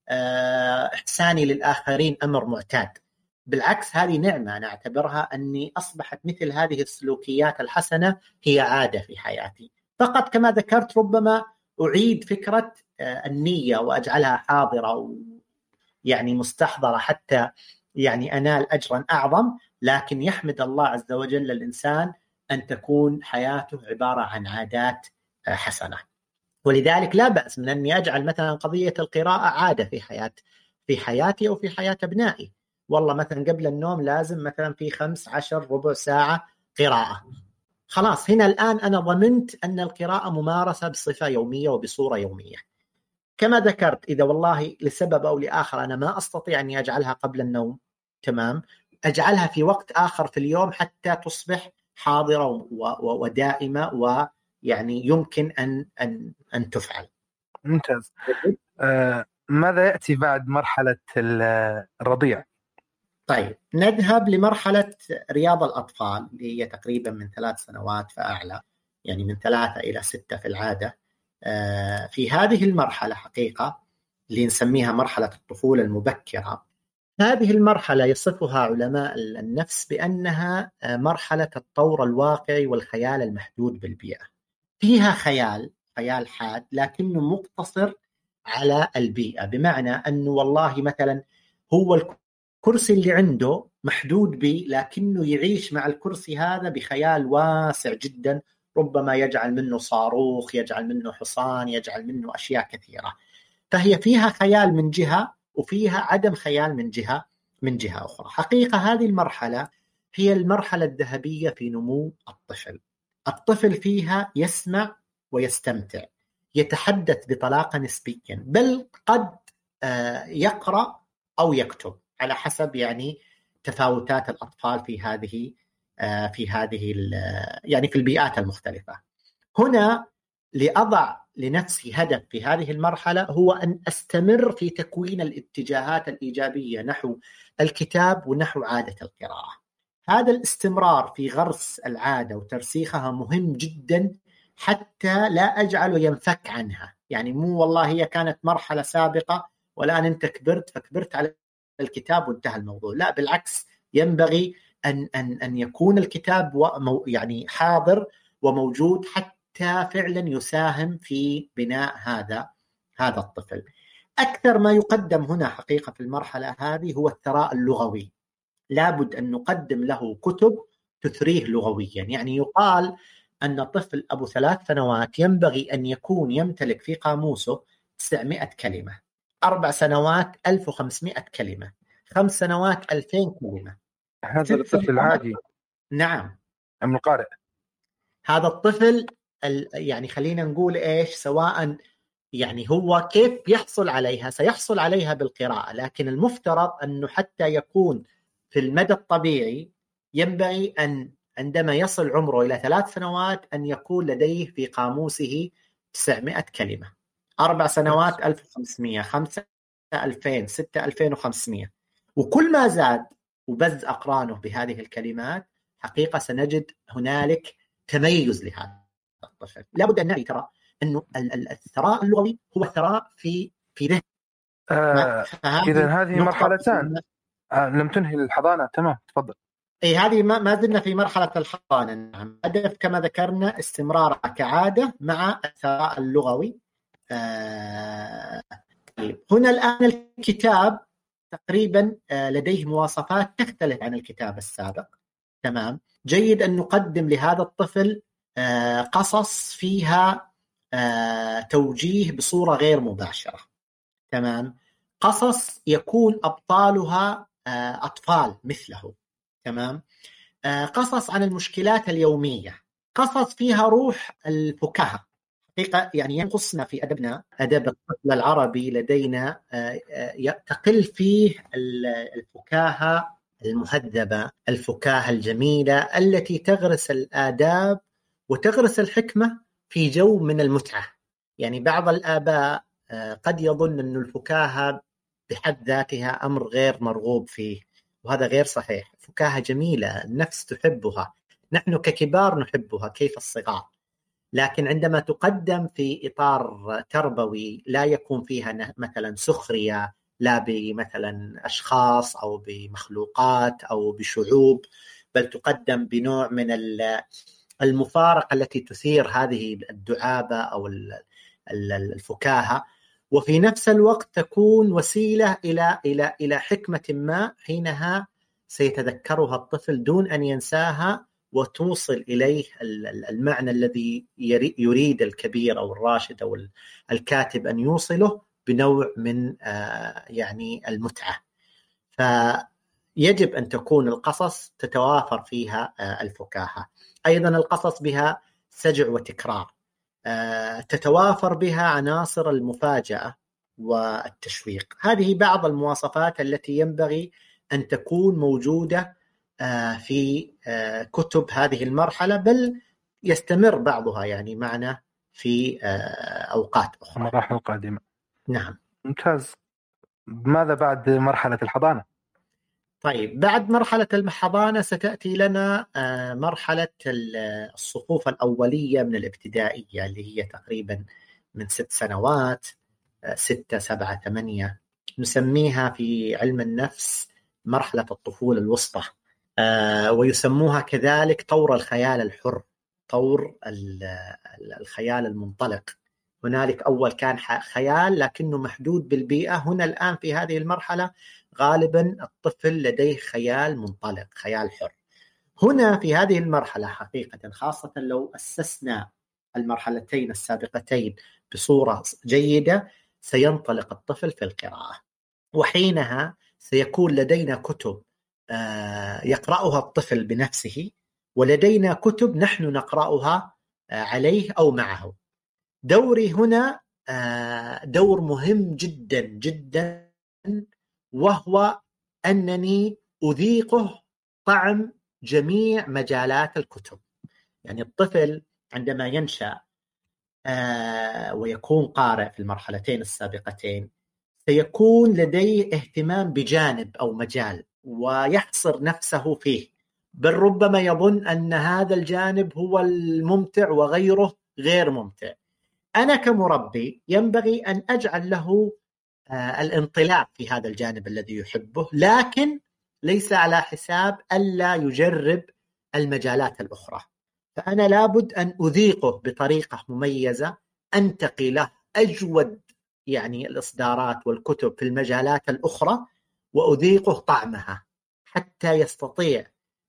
إحساني للآخرين أمر معتاد. بالعكس هذه نعمة أنا أعتبرها أني أصبحت مثل هذه السلوكيات الحسنة هي عادة في حياتي. فقط كما ذكرت ربما أعيد فكرة النية وأجعلها حاضرة يعني مستحضرة حتى يعني أنال أجرا أعظم. لكن يحمد الله عز وجل الإنسان أن تكون حياته عبارة عن عادات حسنة. ولذلك لا بأس من أني أجعل مثلا قضية القراءة عادة في حياة في حياتي أو في حياة أبنائي. والله مثلا قبل النوم لازم مثلا في خمس عشر ربع ساعة قراءة. خلاص هنا الآن أنا ضمنت أن القراءة ممارسة بصفة يومية وبصورة يومية. كما ذكرت إذا والله لسبب أو لآخر أنا ما أستطيع أن أجعلها قبل النوم، تمام، أجعلها في وقت آخر في اليوم حتى تصبح حاضرة ودائمة ويعني يمكن أن أن أن تفعل. ممتاز. آه ماذا يأتي بعد مرحلة الرضيع؟ طيب نذهب لمرحلة رياض الأطفال اللي هي تقريبا من ثلاث سنوات فأعلى، يعني من ثلاثة إلى ستة في العادة. آه في هذه المرحلة حقيقة اللي نسميها مرحلة الطفولة المبكرة، هذه المرحلة يصفها علماء النفس بأنها مرحلة الطور الواقعي والخيال المحدود بالبيئة. فيها خيال خيال حاد لكنه مقتصر على البيئة، بمعنى أنه والله مثلا هو الكرسي اللي عنده محدود به لكنه يعيش مع الكرسي هذا بخيال واسع جدا، ربما يجعل منه صاروخ، يجعل منه حصان، يجعل منه أشياء كثيرة. فهي فيها خيال من جهة وفيها عدم خيال من جهة من جهة أخرى. حقيقة هذه المرحلة هي المرحلة الذهبية في نمو الطفل. الطفل فيها يسمع ويستمتع، يتحدث بطلاقة نسبيا، بل قد يقرأ أو يكتب على حسب يعني تفاوتات الأطفال في هذه في هذه يعني في البيئات المختلفة. هنا لأضع لنفسي هدف في هذه المرحلة هو أن أستمر في تكوين الاتجاهات الإيجابية نحو الكتاب ونحو عادة القراءة. هذا الاستمرار في غرس العادة وترسيخها مهم جدا حتى لا أجعله ينفك عنها. يعني مو والله هي كانت مرحلة سابقة والآن أنت كبرت فكبرت على الكتاب وانتهى الموضوع، لا بالعكس، ينبغي أن, أن, أن يكون الكتاب يعني حاضر وموجود حتى فعلا يساهم في بناء هذا هذا الطفل. أكثر ما يقدم هنا حقيقة في المرحلة هذه هو الثراء اللغوي. لابد أن نقدم له كتب تثريه لغويا. يعني يقال أن طفل أبو ثلاث سنوات ينبغي أن يكون يمتلك في قاموسه تسعمائة كلمة، أربع سنوات ألف وخمسمائة كلمة، خمس سنوات ألفين كلمة. هذا الطفل العادي. نعم، أم القارئ. هذا الطفل يعني خلينا نقول إيش، سواء يعني هو كيف يحصل عليها، سيحصل عليها بالقراءة، لكن المفترض أنه حتى يكون في المدى الطبيعي ينبغي أن عندما يصل عمره إلى ثلاث سنوات أن يكون لديه في قاموسه تسعمائة كلمة، أربع سنوات ألف وخمسمائة، خمسة ألفين، ستة ألفين وخمسمائة. وكل ما زاد وبز أقرانه بهذه الكلمات حقيقة سنجد هنالك تميز لهذا الطفل. لابد أن نعي ترى أنه الثراء اللغوي هو ثراء في في ذهن. آه إذا هذه مرحلتان. آه لم تنهي الحضانة. تمام، تفضل. أي هذه ما, ما زلنا في مرحلة الحضانة. نعم، هدف كما ذكرنا استمرار كعادة مع الثراء اللغوي. آه هنا الآن الكتاب تقريبا آه لديه مواصفات تختلف عن الكتاب السابق. تمام، جيد أن نقدم لهذا الطفل آه قصص فيها آه توجيه بصورة غير مباشرة. تمام، قصص يكون أبطالها أطفال مثله. تمام. قصص عن المشكلات اليومية، قصص فيها روح الفكاهة حقيقة. يعني ينقصنا في أدبنا، أدب الطفل العربي لدينا تقل فيه الفكاهة المهذبة، الفكاهة الجميلة التي تغرس الآداب وتغرس الحكمة في جو من المتعة. يعني بعض الآباء قد يظن أن الفكاهة بحد ذاتها أمر غير مرغوب فيه، وهذا غير صحيح. فكاهة جميلة، النفس تحبها، نحن ككبار نحبها كيف الصغار، لكن عندما تقدم في إطار تربوي لا يكون فيها مثلا سخرية، لا بمثلا أشخاص أو بمخلوقات أو بشعوب، بل تقدم بنوع من المفارقة التي تثير هذه الدعابة أو الفكاهة، وفي نفس الوقت تكون وسيلة إلى إلى إلى حكمة ما حينها سيتذكرها الطفل دون أن ينساها، وتوصل إليه المعنى الذي يريد الكبير أو الراشد أو الكاتب أن يوصله بنوع من يعني المتعة. فيجب أن تكون القصص تتوافر فيها الفكاهة. أيضا القصص بها سجع وتكرار، تتوافر بها عناصر المفاجأة والتشويق. هذه بعض المواصفات التي ينبغي أن تكون موجودة في كتب هذه المرحلة، بل يستمر بعضها يعني معنا في أوقات أخرى، المراحل القادمة. نعم. ممتاز. ماذا بعد مرحلة الحضانة؟ طيب، بعد مرحلة الحضانة ستأتي لنا مرحلة الصفوف الأولية من الابتدائية، اللي هي تقريبا من ست سنوات، ستة سبعة ثمانية، نسميها في علم النفس مرحلة الطفولة الوسطى، ويسموها كذلك طور الخيال الحر، طور الخيال المنطلق. هنالك أول كان خيال لكنه محدود بالبيئة، هنا الآن في هذه المرحلة غالبا الطفل لديه خيال منطلق، خيال حر. هنا في هذه المرحلة حقيقة، خاصة لو أسسنا المرحلتين السابقتين بصورة جيدة، سينطلق الطفل في القراءة، وحينها سيكون لدينا كتب يقرأها الطفل بنفسه، ولدينا كتب نحن نقرأها عليه أو معه. دوري هنا دور مهم جدا جدا، وهو أنني أذيقه طعم جميع مجالات الكتب. يعني الطفل عندما ينشأ ويكون قارئ في المرحلتين السابقتين، سيكون لديه اهتمام بجانب أو مجال ويحصر نفسه فيه، بل ربما يظن أن هذا الجانب هو الممتع وغيره غير ممتع. أنا كمربي ينبغي أن أجعل له الانطلاق في هذا الجانب الذي يحبه، لكن ليس على حساب ألا يجرب المجالات الأخرى. فأنا لابد أن أذيقه بطريقة مميزة، أنتقي له أجود يعني الإصدارات والكتب في المجالات الأخرى، وأذيقه طعمها حتى يستطيع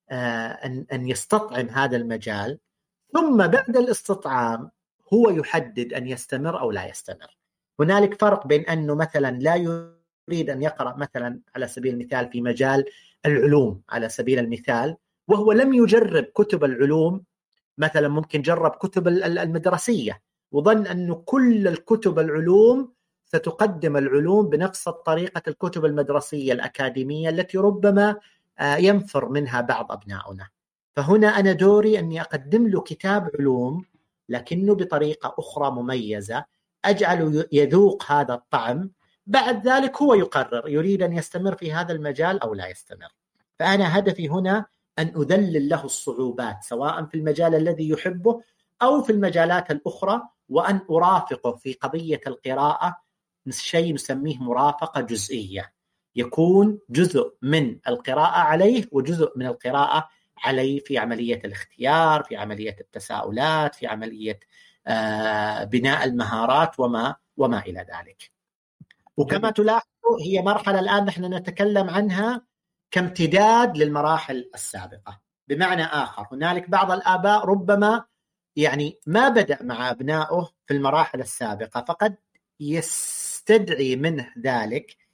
أن يستطعم هذا المجال، ثم بعد الاستطعام هو يحدد أن يستمر أو لا يستمر. هنالك فرق بين أنه مثلا لا يريد أن يقرأ مثلا على سبيل المثال في مجال العلوم على سبيل المثال، وهو لم يجرب كتب العلوم، مثلا ممكن جرب كتب المدرسية وظن أن كل الكتب العلوم ستقدم العلوم بنفس الطريقة الكتب المدرسية الأكاديمية التي ربما ينفر منها بعض أبنائنا. فهنا أنا دوري أني أقدم له كتاب علوم لكنه بطريقة أخرى مميزة، أجعله يذوق هذا الطعم، بعد ذلك هو يقرر يريد أن يستمر في هذا المجال أو لا يستمر. فأنا هدفي هنا أن أذلل له الصعوبات سواء في المجال الذي يحبه أو في المجالات الأخرى، وأن أرافقه في قضية القراءة شيء نسميه مرافقة جزئية، يكون جزء من القراءة عليه وجزء من القراءة عليه في عملية الاختيار، في عملية التساؤلات، في عملية آه بناء المهارات وما وما إلى ذلك. وكما تلاحظوا هي مرحلة الآن نحن نتكلم عنها كامتداد للمراحل السابقة. بمعنى آخر، هنالك بعض الآباء ربما يعني ما بدأ مع أبنائه في المراحل السابقة، فقد يستدعي منه ذلك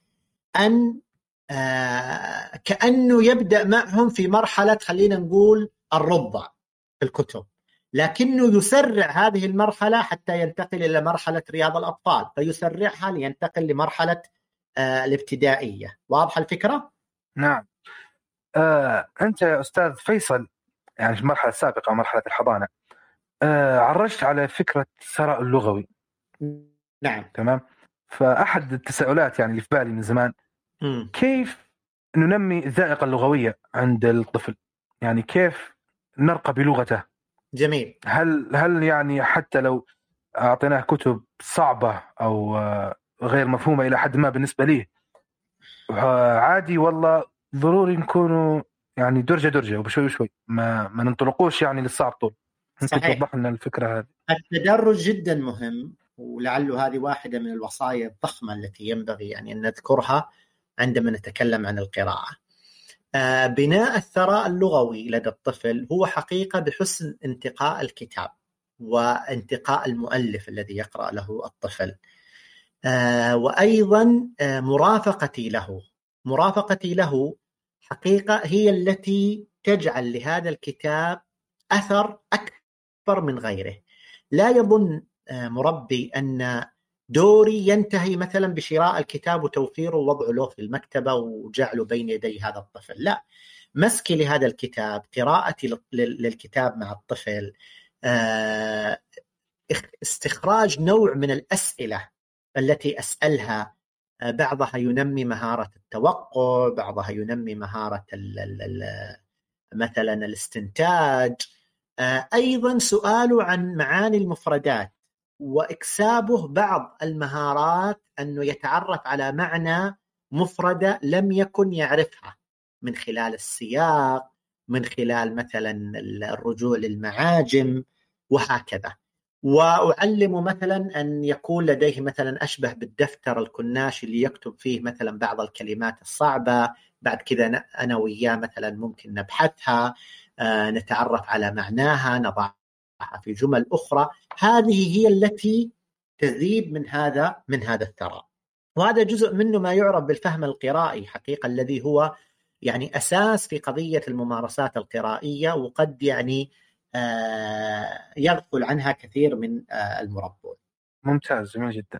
أن آه كأنه يبدأ معهم في مرحلة خلينا نقول الرضع في الكتب، لكنه يسرع هذه المرحلة حتى ينتقل إلى مرحلة رياض الأطفال، فيسرعها لينتقل لمرحلة آه الابتدائية. واضحة الفكرة؟ نعم. آه أنت يا أستاذ فيصل، يعني في المرحلة السابقة مرحلة الحضانة، آه عرجت على فكرة الثراء اللغوي. نعم. تمام. فأحد التساؤلات يعني اللي في بالي من زمان، م. كيف ننمي الذائقة اللغوية عند الطفل؟ يعني كيف نرقى بلغته؟ جميل. هل هل يعني حتى لو أعطيناه كتب صعبة أو غير مفهومة إلى حد ما بالنسبة ليه، عادي والله ضروري نكونوا يعني درجة درجة وبشوي شوي، ما ما ننطلقوش يعني للصعب طول؟ ممكن صحيح. توضح لنا الفكرة هذه؟ التدرج جدا مهم، ولعله هذه واحدة من الوصايا الضخمة التي ينبغي يعني أن نذكرها عندما نتكلم عن القراءة. آه بناء الثراء اللغوي لدى الطفل هو حقيقة بحسن انتقاء الكتاب وانتقاء المؤلف الذي يقرأ له الطفل، آه وأيضا آه مرافقتي له. مرافقتي له حقيقة هي التي تجعل لهذا الكتاب أثر أكبر من غيره. لا يظن مربي أن دوري ينتهي مثلا بشراء الكتاب وتوفيره ووضعه له في المكتبة وجعله بين يدي هذا الطفل، لا، مسكي لهذا الكتاب، قراءتي للكتاب مع الطفل، استخراج نوع من الأسئلة التي أسألها، بعضها ينمي مهارة التوقع، بعضها ينمي مهارة مثلا الاستنتاج، أيضا سؤاله عن معاني المفردات، وإكسابه بعض المهارات أنه يتعرف على معنى مفردة لم يكن يعرفها من خلال السياق، من خلال مثلا الرجوع للمعاجم وهكذا. وأعلم مثلا أن يكون لديه مثلا أشبه بالدفتر الكناش اللي يكتب فيه مثلا بعض الكلمات الصعبة، بعد كذا أنا وياه مثلا ممكن نبحثها، آه نتعرف على معناها، نضعها في جمل أخرى. هذه هي التي تزيد من هذا من هذا الثراء، وهذا جزء منه ما يعرف بالفهم القرائي حقيقة، الذي هو يعني أساس في قضية الممارسات القرائية، وقد يعني آه يغفل عنها كثير من آه المربون. ممتاز، جميل جدا.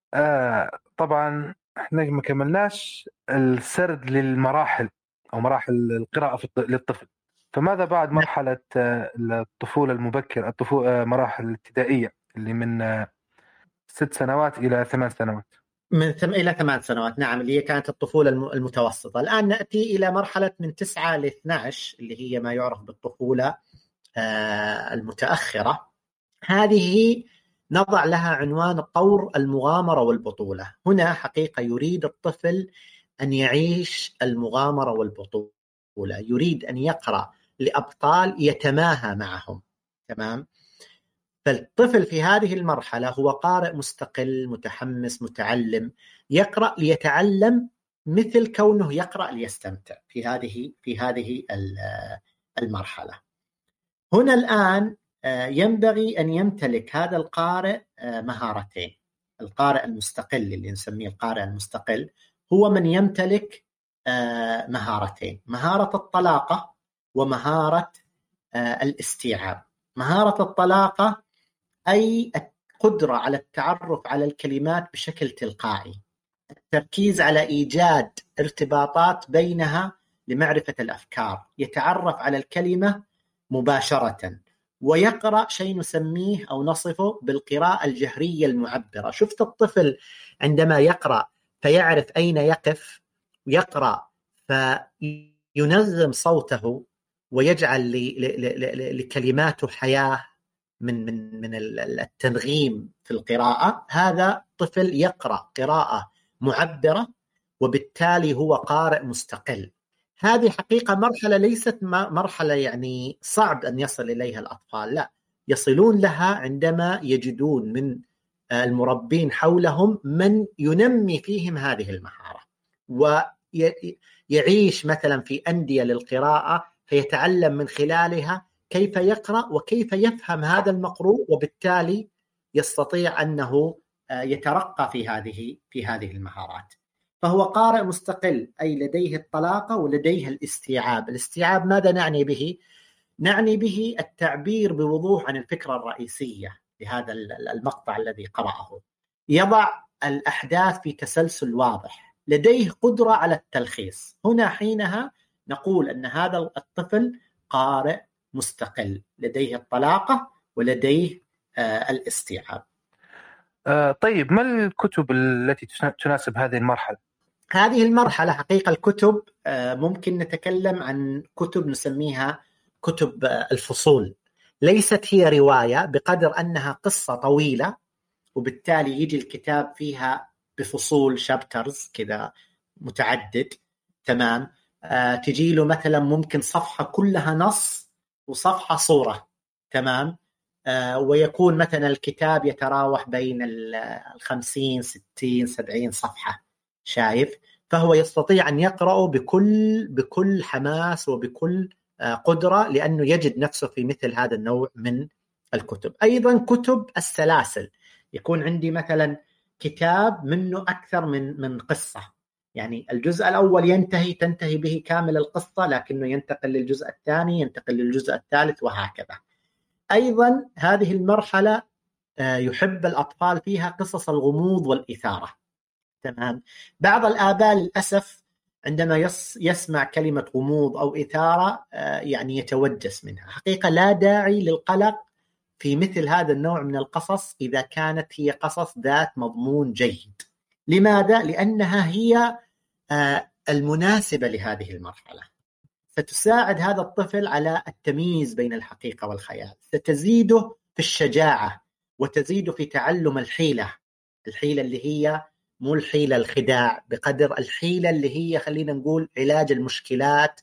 آه طبعا احنا ما كملناش السرد للمراحل أو مراحل القراءة في للطفل، فماذا بعد مرحلة آه الطفولة المبكرة، الطفولة آه مراحل الابتدائية اللي من آه ست سنوات إلى ثمان سنوات؟ من ثم إلى ثمان سنوات، نعم، اللي هي كانت الطفولة المتوسطة. الآن نأتي إلى مرحلة من تسعة ل اثني عشر اللي هي ما يعرف بالطفولة آه المتأخرة. هذه نضع لها عنوان طور المغامرة والبطولة. هنا حقيقة يريد الطفل أن يعيش المغامرة والبطولة، يريد أن يقرأ لأبطال يتماهى معهم. تمام. فالطفل في هذه المرحلة هو قارئ مستقل متحمس متعلم، يقرأ ليتعلم مثل كونه يقرأ ليستمتع في هذه في هذه المرحلة. هنا الآن ينبغي أن يمتلك هذا القارئ مهارتين. القارئ المستقل اللي نسميه القارئ المستقل هو من يمتلك مهارتين: مهارة الطلاقة ومهارة الاستيعاب. مهارة الطلاقة أي القدرة على التعرف على الكلمات بشكل تلقائي، التركيز على إيجاد ارتباطات بينها لمعرفة الأفكار، يتعرف على الكلمة مباشرة، ويقرأ شيء نسميه أو نصفه بالقراءة الجهرية المعبرة. شفت الطفل عندما يقرأ فيعرف أين يقف، ويقرأ فينظم صوته ويجعل لكلماته حياة من من من التنغيم في القراءة. هذا طفل يقرأ قراءة معبرة، وبالتالي هو قارئ مستقل. هذه حقيقة مرحلة ليست مرحلة يعني صعب أن يصل إليها الأطفال، لا، يصلون لها عندما يجدون من المربين حولهم من ينمي فيهم هذه المهارة، ويعيش مثلا في أندية للقراءة فيتعلم من خلالها كيف يقرأ وكيف يفهم هذا المقروء، وبالتالي يستطيع أنه يترقى في هذه في هذه المهارات. فهو قارئ مستقل، أي لديه الطلاقة ولديه الاستيعاب. الاستيعاب ماذا نعني به؟ نعني به التعبير بوضوح عن الفكرة الرئيسية لهذا المقطع الذي قرأه، يضع الأحداث في تسلسل واضح، لديه قدرة على التلخيص. هنا حينها نقول أن هذا الطفل قارئ مستقل، لديه الطلاقة ولديه آه الاستيعاب. آه طيب، ما الكتب التي تناسب هذه المرحلة؟ هذه المرحلة حقيقة الكتب آه ممكن نتكلم عن كتب نسميها كتب آه الفصول. ليست هي رواية بقدر أنها قصة طويلة، وبالتالي يجي الكتاب فيها بفصول شابترز كذا متعدد. تمام. آه تجي له مثلا ممكن صفحة كلها نص وصفحة صورة. تمام. آه ويكون مثلا الكتاب يتراوح بين الخمسين ستين سبعين صفحة. شايف؟ فهو يستطيع أن يقرأ بكل بكل حماس وبكل آه قدرة، لأنه يجد نفسه في مثل هذا النوع من الكتب. أيضا كتب السلاسل، يكون عندي مثلا كتاب منه أكثر من من قصة، يعني الجزء الأول ينتهي تنتهي به كامل القصة، لكنه ينتقل للجزء الثاني، ينتقل للجزء الثالث، وهكذا. أيضا هذه المرحلة يحب الأطفال فيها قصص الغموض والإثارة. تمام. بعض الآباء للأسف عندما يس يسمع كلمة غموض أو إثارة يعني يتوجس منها. حقيقة لا داعي للقلق في مثل هذا النوع من القصص إذا كانت هي قصص ذات مضمون جيد. لماذا؟ لأنها هي المناسبة لهذه المرحلة، فتساعد هذا الطفل على التمييز بين الحقيقة والخيال، ستزيده في الشجاعة وتزيده في تعلم الحيلة. الحيلة اللي هي مو الحيلة الخداع، بقدر الحيلة اللي هي خلينا نقول علاج المشكلات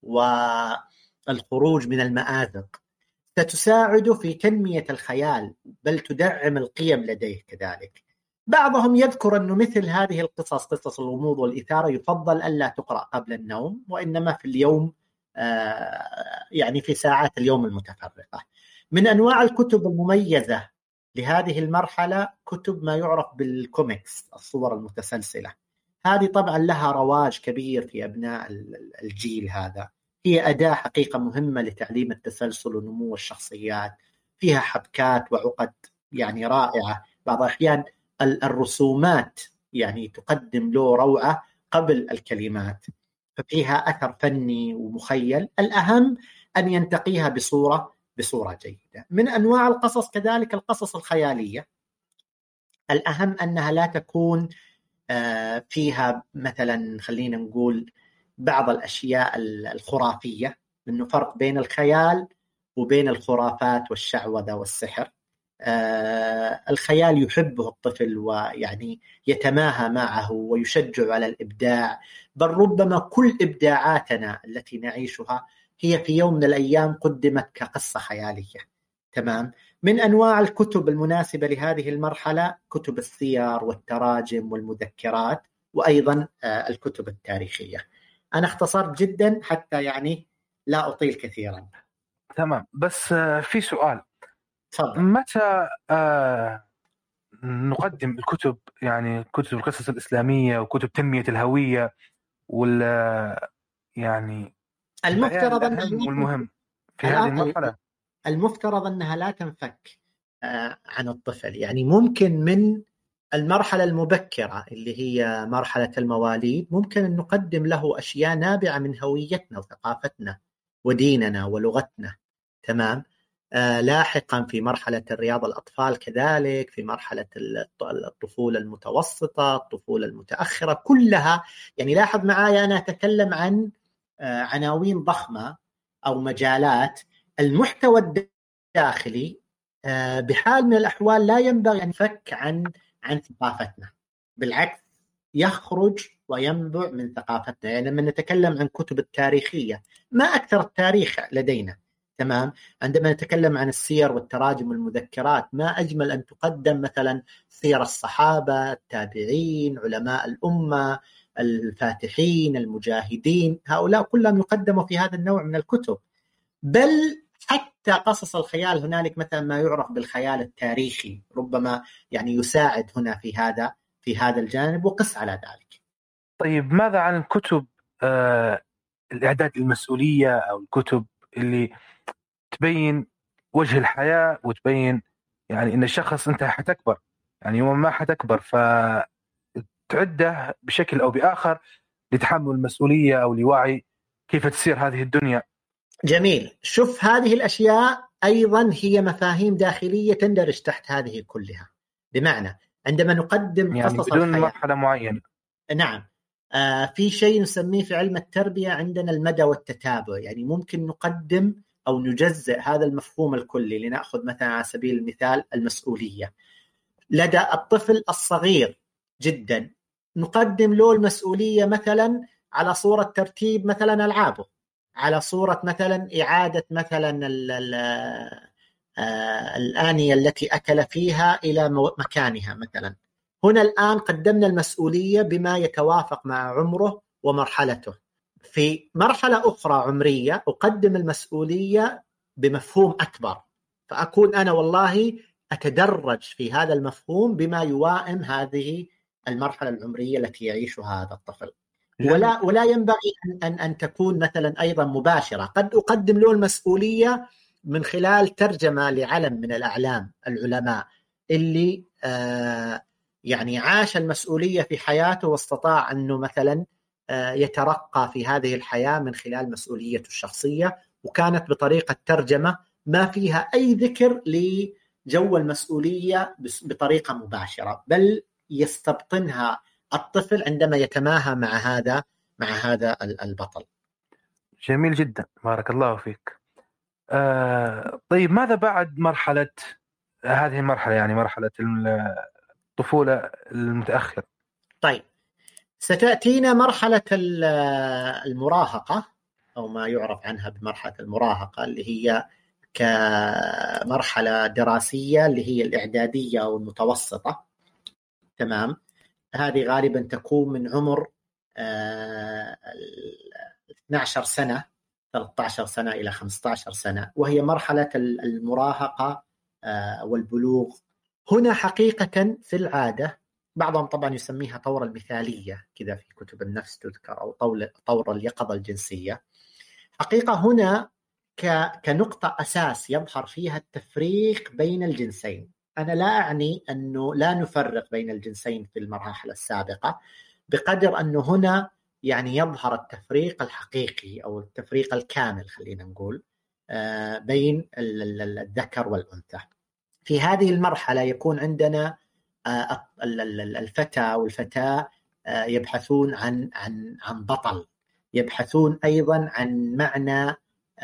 والخروج من المآزق. ستساعده في تنمية الخيال، بل تدعم القيم لديه كذلك. بعضهم يذكر أنه مثل هذه القصص، قصص الغموض والإثارة، يفضل ألا تقرأ قبل النوم، وإنما في اليوم آه يعني في ساعات اليوم المتفرقة. من أنواع الكتب المميزة لهذه المرحلة كتب ما يعرف بالكوميكس، الصور المتسلسلة. هذه طبعا لها رواج كبير في أبناء الجيل هذا. هي أداة حقيقة مهمة لتعليم التسلسل ونمو الشخصيات، فيها حبكات وعقد يعني رائعة. بعض الأحيان الرسومات يعني تقدم له روعة قبل الكلمات، ففيها أثر فني ومخيل. الأهم أن ينتقيها بصورة بصورة جيدة. من أنواع القصص كذلك القصص الخيالية. الأهم أنها لا تكون فيها مثلا خلينا نقول بعض الأشياء الخرافية، لأنه فرق بين الخيال وبين الخرافات والشعوذة والسحر. آه الخيال يحبه الطفل ويعني يتماهى معه ويشجع على الإبداع، بل ربما كل إبداعاتنا التي نعيشها هي في يوم من الأيام قدمت كقصة خيالية. تمام. من أنواع الكتب المناسبة لهذه المرحلة كتب السير والتراجم والمذكرات، وأيضا آه الكتب التاريخية. أنا اختصرت جدا حتى يعني لا أطيل كثيرا. تمام، بس آه في سؤال. تفضل. متى آه نقدم الكتب، يعني كتب القصص الإسلامية وكتب تنمية الهوية وال يعني المفترض الأهم أنها والمهم في هذه المرحلة؟ المفترض أنها لا تنفك آه عن الطفل. يعني ممكن من المرحلة المبكرة اللي هي مرحلة المواليد ممكن أن نقدم له أشياء نابعة من هويتنا وثقافتنا وديننا ولغتنا. تمام. آه لاحقا في مرحلة الرياض الأطفال كذلك، في مرحلة الطفولة المتوسطة، الطفولة المتأخرة، كلها يعني لاحظ معايا أنا أتكلم عن آه عناوين ضخمة أو مجالات. المحتوى الداخلي آه بحال من الأحوال لا ينبغي أن ينفك عن عن ثقافتنا، بالعكس يخرج وينبع من ثقافتنا. يعني لما نتكلم عن كتب التاريخية، ما أكثر التاريخ لدينا. تمام. عندما نتكلم عن السير والتراجم والمذكرات، ما أجمل أن تقدم مثلا سير الصحابة، التابعين، علماء الأمة، الفاتحين، المجاهدين، هؤلاء كلهم يقدموا في هذا النوع من الكتب. بل حتى قصص الخيال، هنالك مثلا ما يعرف بالخيال التاريخي، ربما يعني يساعد هنا في هذا في هذا الجانب، وقس على ذلك. طيب ماذا عن الكتب آه الإعداد للمسؤولية أو الكتب اللي تبين وجه الحياة وتبين يعني إن الشخص أنت حتكبر، يعني يوم ما حتكبر فتعده بشكل أو بآخر لتحمل المسؤولية أو لوعي كيف تسير هذه الدنيا. جميل. شوف، هذه الأشياء أيضا هي مفاهيم داخلية تندرج تحت هذه كلها. بمعنى عندما نقدم يعني قصص بدون الحياة، مرحلة معينة. نعم، آه في شيء نسميه في علم التربية عندنا المدى والتتابع. يعني ممكن نقدم أو نجزئ هذا المفهوم الكلي. لنأخذ مثلا على سبيل المثال المسؤولية لدى الطفل الصغير جدا، نقدم له المسؤولية مثلا على صورة ترتيب مثلا ألعابه، على صورة مثلا إعادة مثلا ال ال آه الآنية التي أكل فيها إلى مكانها مثلا. هنا الآن قدمنا المسؤولية بما يتوافق مع عمره ومرحلته. في مرحلة أخرى عمرية أقدم المسؤولية بمفهوم أكبر، فأكون أنا والله أتدرج في هذا المفهوم بما يوائم هذه المرحلة العمرية التي يعيشها هذا الطفل. ولا ولا ينبغي أن, أن, أن تكون مثلا أيضا مباشرة. قد أقدم له المسؤولية من خلال ترجمة لعلم من الأعلام العلماء اللي آه يعني عاش المسؤولية في حياته واستطاع أنه مثلا آه يترقى في هذه الحياة من خلال مسؤوليته الشخصية، وكانت بطريقة ترجمة ما فيها أي ذكر لجو المسؤولية بطريقة مباشرة، بل يستبطنها الطفل عندما يتماهى مع هذا مع هذا البطل. جميل جدا، بارك الله فيك. آه طيب ماذا بعد مرحلة هذه المرحلة، يعني مرحلة الطفولة المتأخرة؟ طيب، ستأتينا مرحلة المراهقة أو ما يعرف عنها بمرحلة المراهقة، اللي هي كمرحلة دراسية اللي هي الإعدادية أو المتوسطة. تمام. هذه غالبا تكون من عمر آه اثنتي عشرة سنة، ثلاثة عشر سنة إلى خمسة عشر سنة، وهي مرحلة المراهقة آه والبلوغ. هنا حقيقة في العادة بعضهم طبعا يسميها طور المثالية، كذا في كتب النفس تذكر، أو طور اليقظة الجنسية. حقيقة هنا كنقطة أساس يظهر فيها التفريق بين الجنسين. أنا لا أعني أنه لا نفرق بين الجنسين في المراحل السابقة، بقدر أنه هنا يعني يظهر التفريق الحقيقي أو التفريق الكامل، خلينا نقول، بين الذكر والأنثى. في هذه المرحلة يكون عندنا الفتى والفتاة يبحثون عن عن عن بطل، يبحثون أيضا عن معنى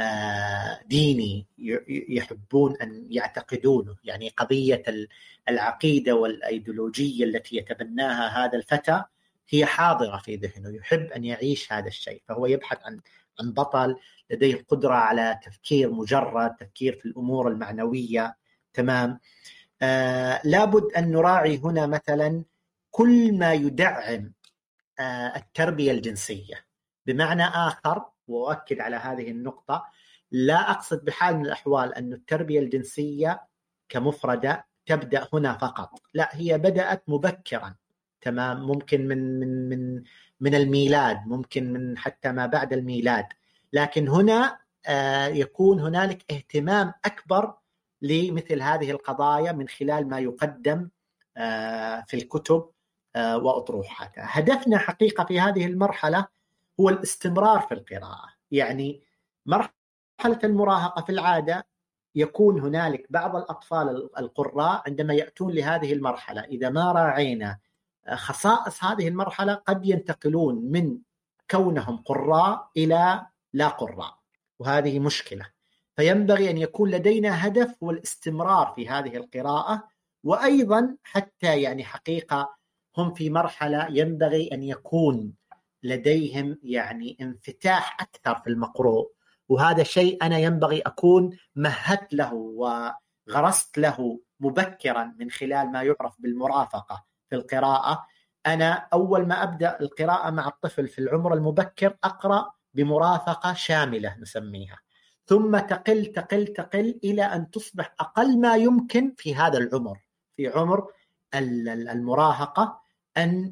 ديني يحبون أن يعتقدونه. يعني قضية العقيدة والأيديولوجية التي يتبناها هذا الفتى هي حاضرة في ذهنه، يحب أن يعيش هذا الشيء، فهو يبحث عن عن بطل لديه قدرة على تفكير مجرد، تفكير في الأمور المعنوية. تمام. آه لابد أن نراعي هنا مثلا كل ما يدعم آه التربية الجنسية. بمعنى آخر، وأؤكد على هذه النقطة، لا أقصد بحال من الأحوال أن التربية الجنسية كمفردة تبدأ هنا فقط، لا، هي بدأت مبكرا. تمام. ممكن من من من من الميلاد، ممكن من حتى ما بعد الميلاد، لكن هنا آه يكون هنالك اهتمام أكبر لمثل هذه القضايا من خلال ما يقدم آه في الكتب آه وأطروحاتها. هدفنا حقيقة في هذه المرحلة هو الاستمرار في القراءة. يعني مرحلة المراهقة في العادة يكون هنالك بعض الأطفال القراء عندما يأتون لهذه المرحلة، إذا ما راعينا خصائص هذه المرحلة قد ينتقلون من كونهم قراء إلى لا قراء، وهذه مشكلة. فينبغي أن يكون لدينا هدف والاستمرار في هذه القراءة. وأيضا حتى يعني حقيقة هم في مرحلة ينبغي أن يكون لديهم يعني انفتاح أكثر في المقروء، وهذا شيء أنا ينبغي أكون مهدت له وغرست له مبكرا من خلال ما يعرف بالمرافقة في القراءة. أنا أول ما أبدأ القراءة مع الطفل في العمر المبكر أقرأ بمرافقة شاملة نسميها، ثم تقل تقل تقل إلى أن تصبح أقل ما يمكن في هذا العمر، في عمر المراهقة، أن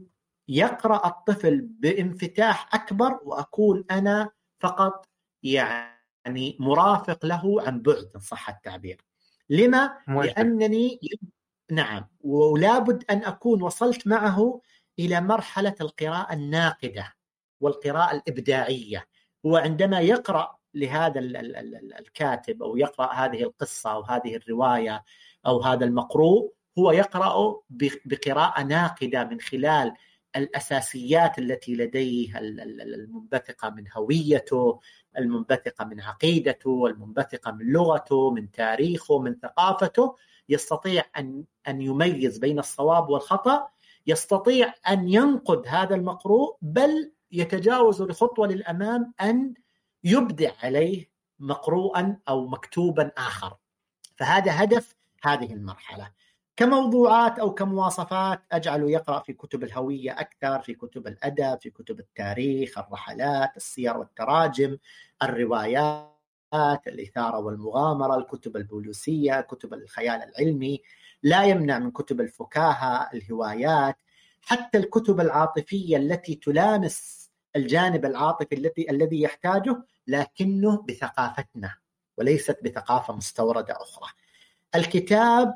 يقرأ الطفل بانفتاح أكبر، وأكون أنا فقط يعني مرافق له عن بعد إن صح التعبير. لما؟ موجه. لأنني نعم، ولا بد أن أكون وصلت معه إلى مرحلة القراءة الناقدة والقراءة الإبداعية. هو عندما يقرأ لهذا الكاتب أو يقرأ هذه القصة أو هذه الرواية أو هذا المقروء، هو يقرأ بقراءة ناقدة من خلال الأساسيات التي لديه المنبثقة من هويته، المنبثقة من عقيدته، المنبثقة من لغته، من تاريخه، من ثقافته. يستطيع أن أن يميز بين الصواب والخطأ، يستطيع أن ينقد هذا المقروء، بل يتجاوز لخطوة للأمام أن يبدع عليه مقروءا أو مكتوبا آخر. فهذا هدف هذه المرحلة. كموضوعات أو كمواصفات أجعله يقرأ في كتب الهوية أكثر، في كتب الأدب، في كتب التاريخ، الرحلات، السير والتراجم، الروايات، الإثارة والمغامرة، الكتب البوليسية، كتب الخيال العلمي. لا يمنع من كتب الفكاهة، الهوايات، حتى الكتب العاطفية التي تلامس الجانب العاطفي الذي الذي يحتاجه، لكنه بثقافتنا وليست بثقافة مستوردة أخرى. الكتاب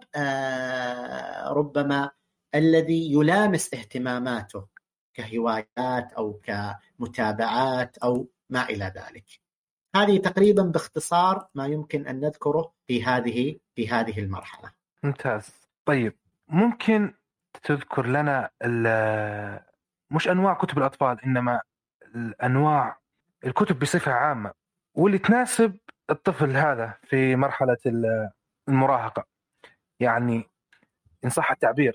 آه ربما الذي يلامس اهتماماته كهوايات أو كمتابعات أو ما إلى ذلك. هذه تقريبا باختصار ما يمكن أن نذكره في هذه في هذه المرحلة. ممتاز. طيب، ممكن تذكر لنا مش أنواع كتب الأطفال، إنما الأنواع الكتب بصفة عامة واللي تناسب الطفل هذا في مرحلة المراهقة، يعني إن صح التعبير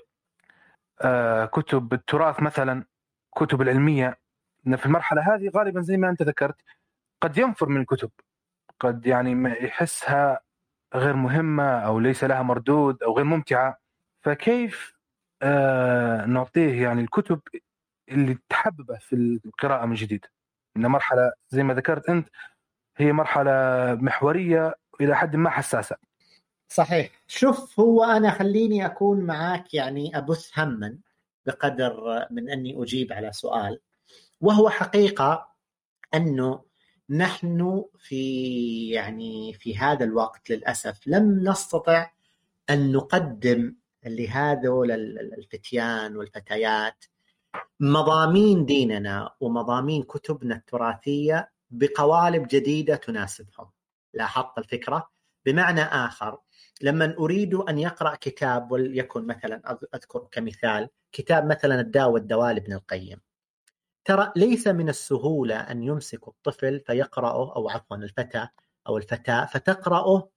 آه كتب التراث مثلا، كتب العلمية. في المرحلة هذه غالبا زي ما أنت ذكرت قد ينفر من الكتب، قد يعني يحسها غير مهمة أو ليس لها مردود أو غير ممتعة. فكيف آه نعطيه يعني الكتب اللي تحببه في القراءة من جديد؟ إن مرحلة زي ما ذكرت أنت هي مرحلة محورية إلى حد ما حساسة. صحيح. شوف، هو أنا خليني أكون معاك يعني أبث هما بقدر من أني أجيب على سؤال، وهو حقيقة أنه نحن في يعني في هذا الوقت للأسف لم نستطع أن نقدم لهذول الفتيان والفتيات مضامين ديننا ومضامين كتبنا التراثية بقوالب جديدة تناسبهم. لاحظت الفكرة؟ بمعنى آخر، لما أريد أن يقرأ كتاب، وليكن مثلا أذكر كمثال كتاب مثلا الداء والدواء لابن القيم، ترى ليس من السهولة أن يمسك الطفل فيقرأه، أو عفوا الفتى أو الفتاة فتقرأه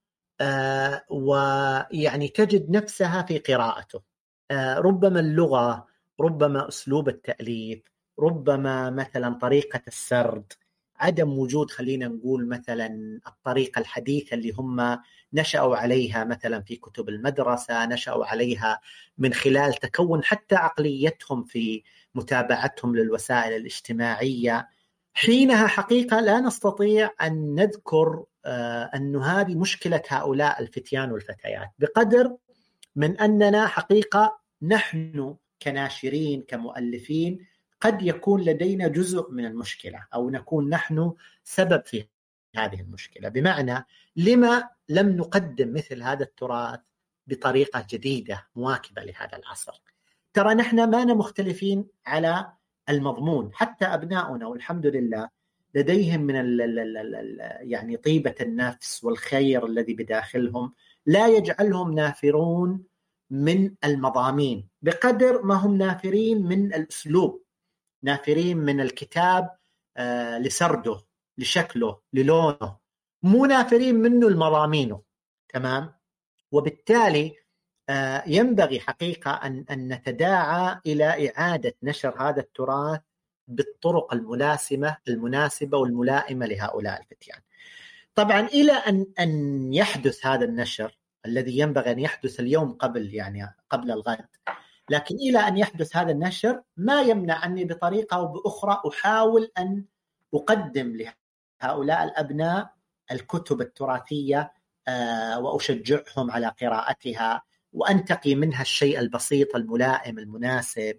آه ويعني تجد نفسها في قراءته. آه ربما اللغة، ربما أسلوب التأليف، ربما مثلا طريقة السرد، عدم وجود خلينا نقول مثلا الطريقة الحديثة اللي هم نشأوا عليها مثلا في كتب المدرسة، نشأوا عليها من خلال تكون حتى عقليتهم في متابعتهم للوسائل الاجتماعية. حينها حقيقة لا نستطيع أن نذكر آه أن هذه مشكلة هؤلاء الفتيان والفتيات، بقدر من أننا حقيقة نحن كناشرين كمؤلفين قد يكون لدينا جزء من المشكلة، أو نكون نحن سبب في هذه المشكلة. بمعنى، لما لم نقدم مثل هذا التراث بطريقة جديدة مواكبة لهذا العصر؟ ترى نحن ما مختلفين على المضمون، حتى أبناؤنا والحمد لله لديهم من ال ال ال ال يعني طيبة النفس والخير الذي بداخلهم لا يجعلهم نافرون من المضامين بقدر ما هم نافرين من الأسلوب، نافرين من الكتاب آه لسرده، لشكله، للونه، مو نافرين منه المضامينه. تمام؟ وبالتالي آه ينبغي حقيقة أن, أن نتداعى إلى إعادة نشر هذا التراث بالطرق الملاسمة المناسبة والملائمة لهؤلاء الفتيان. طبعا إلى أن, أن يحدث هذا النشر الذي ينبغي أن يحدث اليوم قبل يعني قبل الغد، لكن إلى أن يحدث هذا النشر ما يمنع أني بطريقة أو بأخرى أحاول أن أقدم لهؤلاء الأبناء الكتب التراثية آه وأشجعهم على قراءتها، وأنتقي منها الشيء البسيط الملائم المناسب.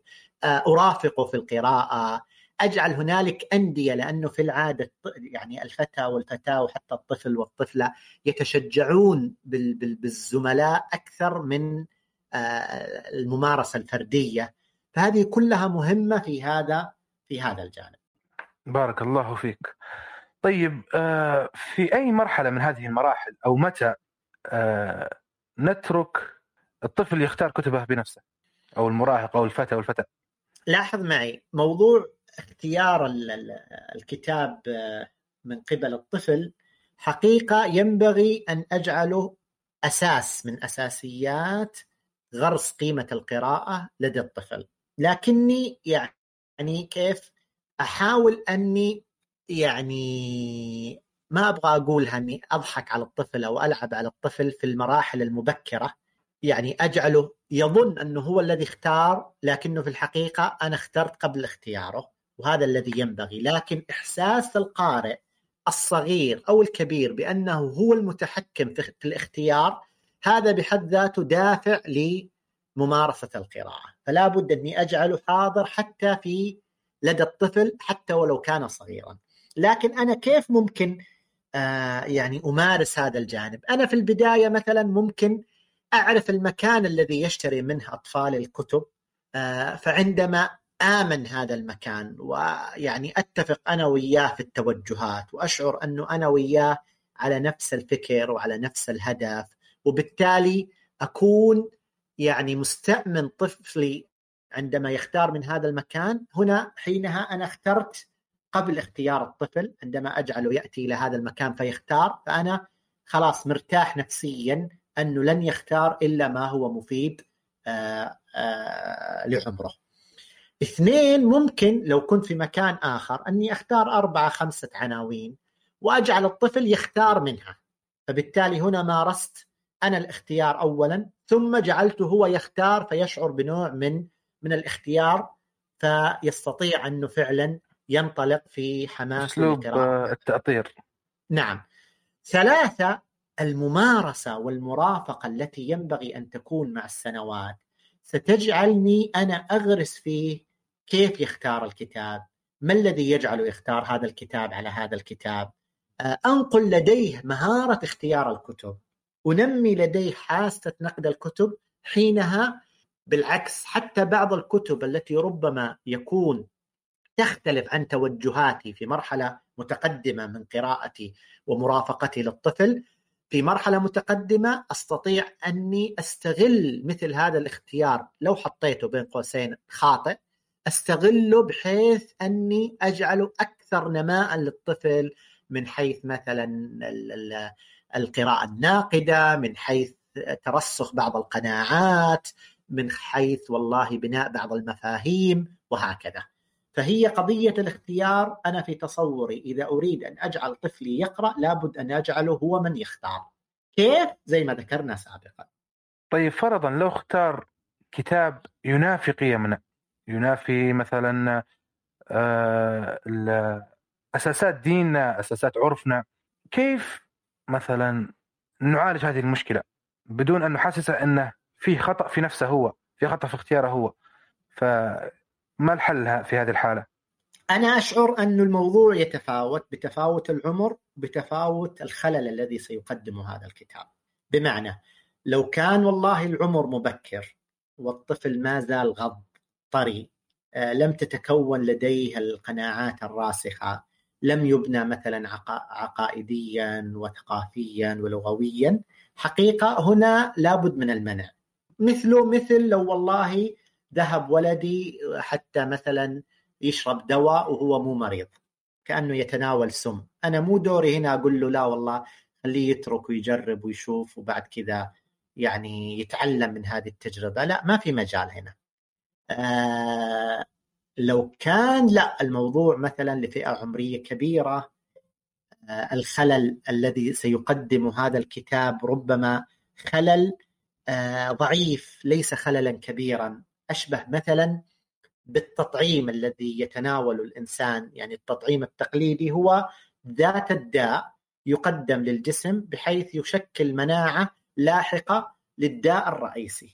أرافقه في القراءة، أجعل هنالك أندية، لأنه في العادة يعني الفتى والفتاة وحتى الطفل والطفلة يتشجعون بالزملاء أكثر من الممارسة الفردية. فهذه كلها مهمة في هذا في هذا الجانب. بارك الله فيك. طيب في أي مرحلة من هذه المراحل أو متى نترك الطفل يختار كتبه بنفسه، أو المراهق أو الفتى والفتاة؟ لاحظ معي موضوع اختيار الكتاب من قبل الطفل، حقيقة ينبغي أن أجعله أساس من أساسيات غرس قيمة القراءة لدى الطفل. لكني يعني كيف أحاول أني يعني ما أبغى أقولها أني أضحك على الطفل أو ألعب على الطفل في المراحل المبكرة، يعني أجعله يظن أنه هو الذي اختار، لكنه في الحقيقة أنا اخترت قبل اختياره، وهذا الذي ينبغي. لكن إحساس القارئ الصغير أو الكبير بأنه هو المتحكم في الاختيار، هذا بحد ذاته دافع لممارسة القراءة. فلا بد أني أجعله حاضر حتى في لدى الطفل حتى ولو كان صغيرا. لكن أنا كيف ممكن آه يعني أمارس هذا الجانب؟ أنا في البداية مثلا ممكن أعرف المكان الذي يشتري منه أطفال الكتب، آه فعندما آمن هذا المكان ويعني أتفق أنا وياه في التوجهات، وأشعر أنه أنا وياه على نفس الفكر وعلى نفس الهدف، وبالتالي أكون يعني مستأمن طفلي عندما يختار من هذا المكان. هنا حينها أنا اخترت قبل اختيار الطفل، عندما أجعله يأتي إلى هذا المكان فيختار، فأنا خلاص مرتاح نفسيا أنه لن يختار إلا ما هو مفيد آآ آآ لعمره. اثنين، ممكن لو كنت في مكان آخر أني أختار أربعة خمسة عناوين وأجعل الطفل يختار منها، فبالتالي هنا مارست أنا الاختيار أولا، ثم جعلته هو يختار فيشعر بنوع من من الاختيار، فيستطيع أنه فعلا ينطلق في حماس أسلوب القراءة. التأطير. نعم. ثلاثة، الممارسة والمرافقة التي ينبغي أن تكون مع السنوات ستجعلني أنا أغرس فيه كيف يختار الكتاب، ما الذي يجعله يختار هذا الكتاب على هذا الكتاب، أنقل لديه مهارة اختيار الكتب، ونمي لديه حاسة نقد الكتب. حينها بالعكس، حتى بعض الكتب التي ربما يكون تختلف عن توجهاتي في مرحلة متقدمة من قراءتي ومرافقتي للطفل، في مرحلة متقدمة أستطيع أني أستغل مثل هذا الاختيار، لو حطيته بين قوسين خاطئ أستغله بحيث أني أجعله أكثر نماء للطفل، من حيث مثلا القراءة الناقدة، من حيث ترسخ بعض القناعات، من حيث والله بناء بعض المفاهيم، وهكذا. فهي قضية الاختيار. أنا في تصوري إذا أريد أن أجعل طفلي يقرأ لابد أن أجعله هو من يختار. كيف؟ زي ما ذكرنا سابقا. طيب فرضا لو اختار كتاب ينافي قيمنا، ينافي مثلا أساسات ديننا، أساسات عرفنا، كيف مثلا نعالج هذه المشكلة بدون أن نحسسه أنه في خطأ في نفسه هو، في خطأ في اختياره هو؟ فما الحل في هذه الحالة؟ أنا أشعر أن الموضوع يتفاوت بتفاوت العمر، بتفاوت الخلل الذي سيقدم هذا الكتاب. بمعنى لو كان والله العمر مبكر والطفل ما زال غض طري، لم تتكون لديه القناعات الراسخة، لم يبنى مثلا عقائديا وثقافيا ولغويا، حقيقة هنا لابد من المنع. مثله مثل لو والله ذهب ولدي حتى مثلا يشرب دواء وهو مو مريض، كأنه يتناول سم، أنا مو دوري هنا أقول له لا والله خليه يترك ويجرب ويشوف وبعد كذا يعني يتعلم من هذه التجربة. لا، ما في مجال هنا. آه لو كان لا الموضوع مثلا لفئة عمرية كبيرة، آه الخلل الذي سيقدم هذا الكتاب ربما خلل آه ضعيف، ليس خللا كبيرا، أشبه مثلا بالتطعيم الذي يتناول الإنسان. يعني التطعيم التقليدي هو ذات الداء يقدم للجسم بحيث يشكل مناعة لاحقة للداء الرئيسي.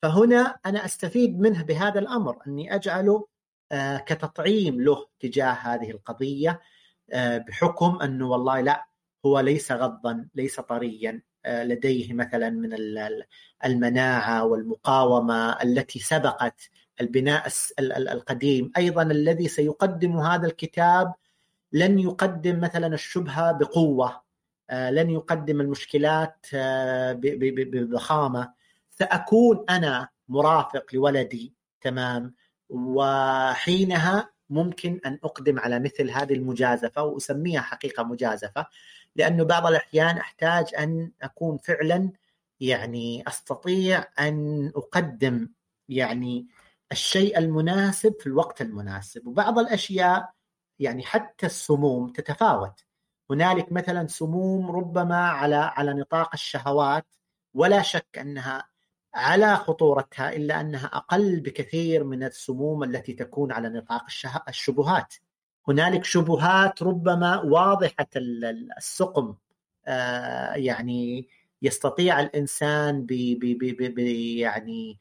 فهنا أنا أستفيد منه بهذا الأمر، أني أجعله كتطعيم له تجاه هذه القضية، بحكم أنه والله لا، هو ليس غضا، ليس طريا، لديه مثلا من المناعة والمقاومة التي سبقت البناء القديم. أيضا الذي سيقدم هذا الكتاب لن يقدم مثلا الشبهة بقوة، لن يقدم المشكلات بضخامة. سأكون أنا مرافق لولدي، تمام، وحينها ممكن أن أقدم على مثل هذه المجازفة، وأسميها حقيقة مجازفة، لأنه بعض الأحيان أحتاج أن أكون فعلا يعني أستطيع أن أقدم يعني الشيء المناسب في الوقت المناسب. وبعض الأشياء يعني حتى السموم تتفاوت، هنالك مثلا سموم ربما على على نطاق الشهوات، ولا شك أنها على خطورتها، إلا أنها أقل بكثير من السموم التي تكون على نطاق الشبهات. هنالك شبهات ربما واضحة السقم، آه يعني يستطيع الإنسان ب ب ب ب يعني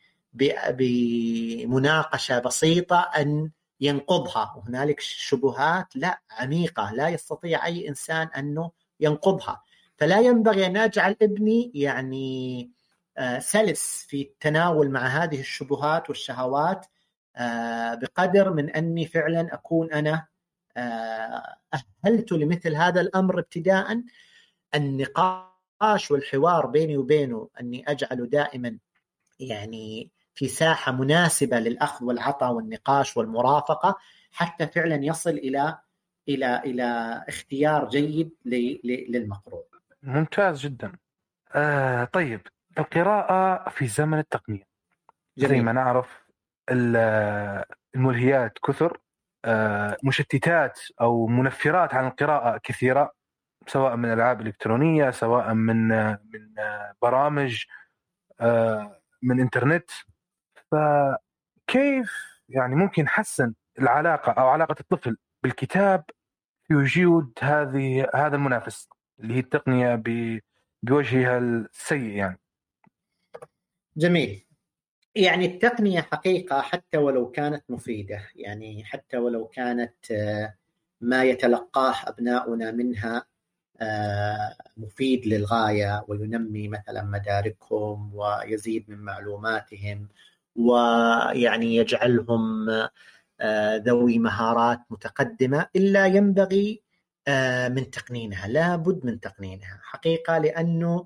بمناقشة بسيطة أن ينقضها، وهنالك شبهات لا عميقة لا يستطيع أي إنسان أنه ينقضها. فلا ينبغي أن أجعل ابني يعني آه سلس في التناول مع هذه الشبهات والشهوات، آه بقدر من أني فعلا أكون أنا آه أهلت لمثل هذا الأمر ابتداء. النقاش والحوار بيني وبينه أني أجعله دائما يعني في ساحة مناسبة للأخذ والعطاء والنقاش والمرافقة، حتى فعلا يصل إلى إلى إلى اختيار جيد للمقروء. ممتاز جدا. آه طيب، القراءة في زمن التقنية، جميل. زي ما نعرف الملهيات كثر، آه مشتتات أو منفرات عن القراءة كثيرة، سواء من ألعاب إلكترونية، سواء من من برامج، آه من إنترنت. فكيف يعني ممكن حسن العلاقة أو علاقة الطفل بالكتاب في وجود هذه هذا المنافس اللي هي التقنية بوجهها السيء يعني؟ جميل. يعني التقنية حقيقة حتى ولو كانت مفيدة، يعني حتى ولو كانت ما يتلقاه أبناؤنا منها مفيد للغاية، وينمي مثلا مداركهم ويزيد من معلوماتهم، ويعني يجعلهم ذوي مهارات متقدمة، إلا ينبغي من تقنينها، لا بد من تقنينها حقيقة، لأنه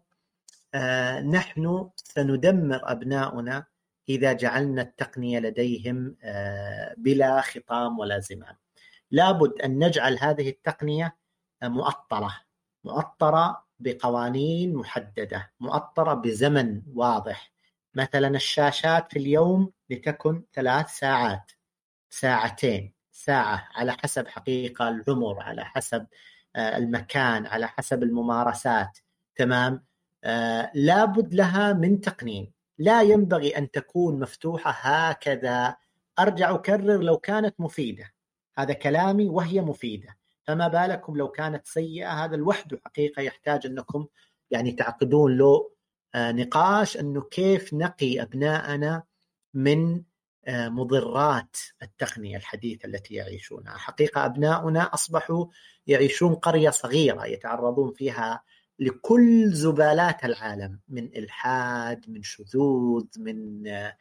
نحن سندمر أبناؤنا إذا جعلنا التقنية لديهم بلا خطام ولا زمام. لا بد أن نجعل هذه التقنية مؤطرة مؤطرة بقوانين محددة، مؤطرة بزمن واضح. مثلا الشاشات في اليوم لتكن ثلاث ساعات، ساعتين، ساعة، على حسب حقيقة العمر، على حسب المكان، على حسب الممارسات، تمام. آه لابد لها من تقنين، لا ينبغي أن تكون مفتوحة هكذا. أرجع أكرر، لو كانت مفيدة، هذا كلامي، وهي مفيدة، فما بالكم لو كانت سيئة؟ هذا لوحده حقيقة يحتاج أنكم يعني تعقدون له آه نقاش، أنه كيف نقي أبناءنا من آه مضرات التقنية الحديثة التي يعيشونها. حقيقة أبناؤنا أصبحوا يعيشون قرية صغيرة يتعرضون فيها لكل زبالات العالم، من إلحاد، من شذوذ، من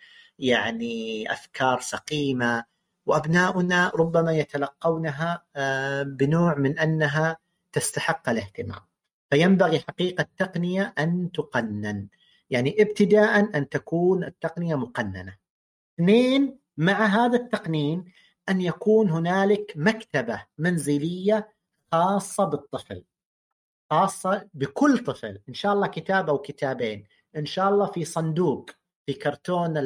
يعني أفكار سقيمة، وأبناؤنا ربما يتلقونها بنوع من أنها تستحق الاهتمام. فينبغي حقيقة التقنية أن تقنن، يعني ابتداء أن تكون التقنية مقننة. اثنين، مع هذا التقنين أن يكون هنالك مكتبة منزلية خاصة بالطفل، خاصة بكل طفل، إن شاء الله كتاب أو كتابين، إن شاء الله في صندوق، في كرتون.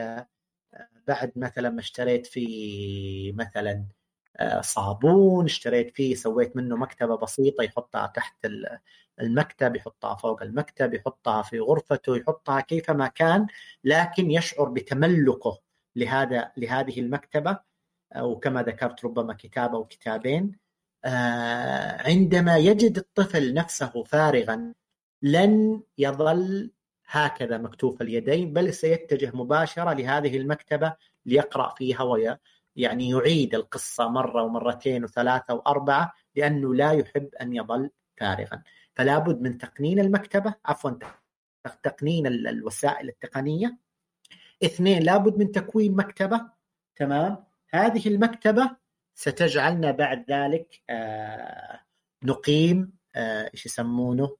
بعد مثلا ما اشتريت فيه مثلا صابون، اشتريت فيه، سويت منه مكتبة بسيطة، يحطها تحت المكتب، يحطها فوق المكتب، يحطها في غرفته، يحطها كيفما كان، لكن يشعر بتملكه لهذا لهذه المكتبة، وكما ذكرت ربما كتاب أو كتابين. عندما يجد الطفل نفسه فارغا، لن يظل هكذا مكتوف اليدين، بل سيتجه مباشرة لهذه المكتبة ليقرأ فيها وي يعني يعيد القصة مرة ومرتين وثلاثة وأربعة، لأنه لا يحب أن يظل فارغا. فلا بد من تقنين المكتبة، عفوا تقنين الوسائل التقنية. اثنين، لابد من تكوين مكتبة. تمام. هذه المكتبة ستجعلنا بعد ذلك آه نقيم آه ايش يسمونه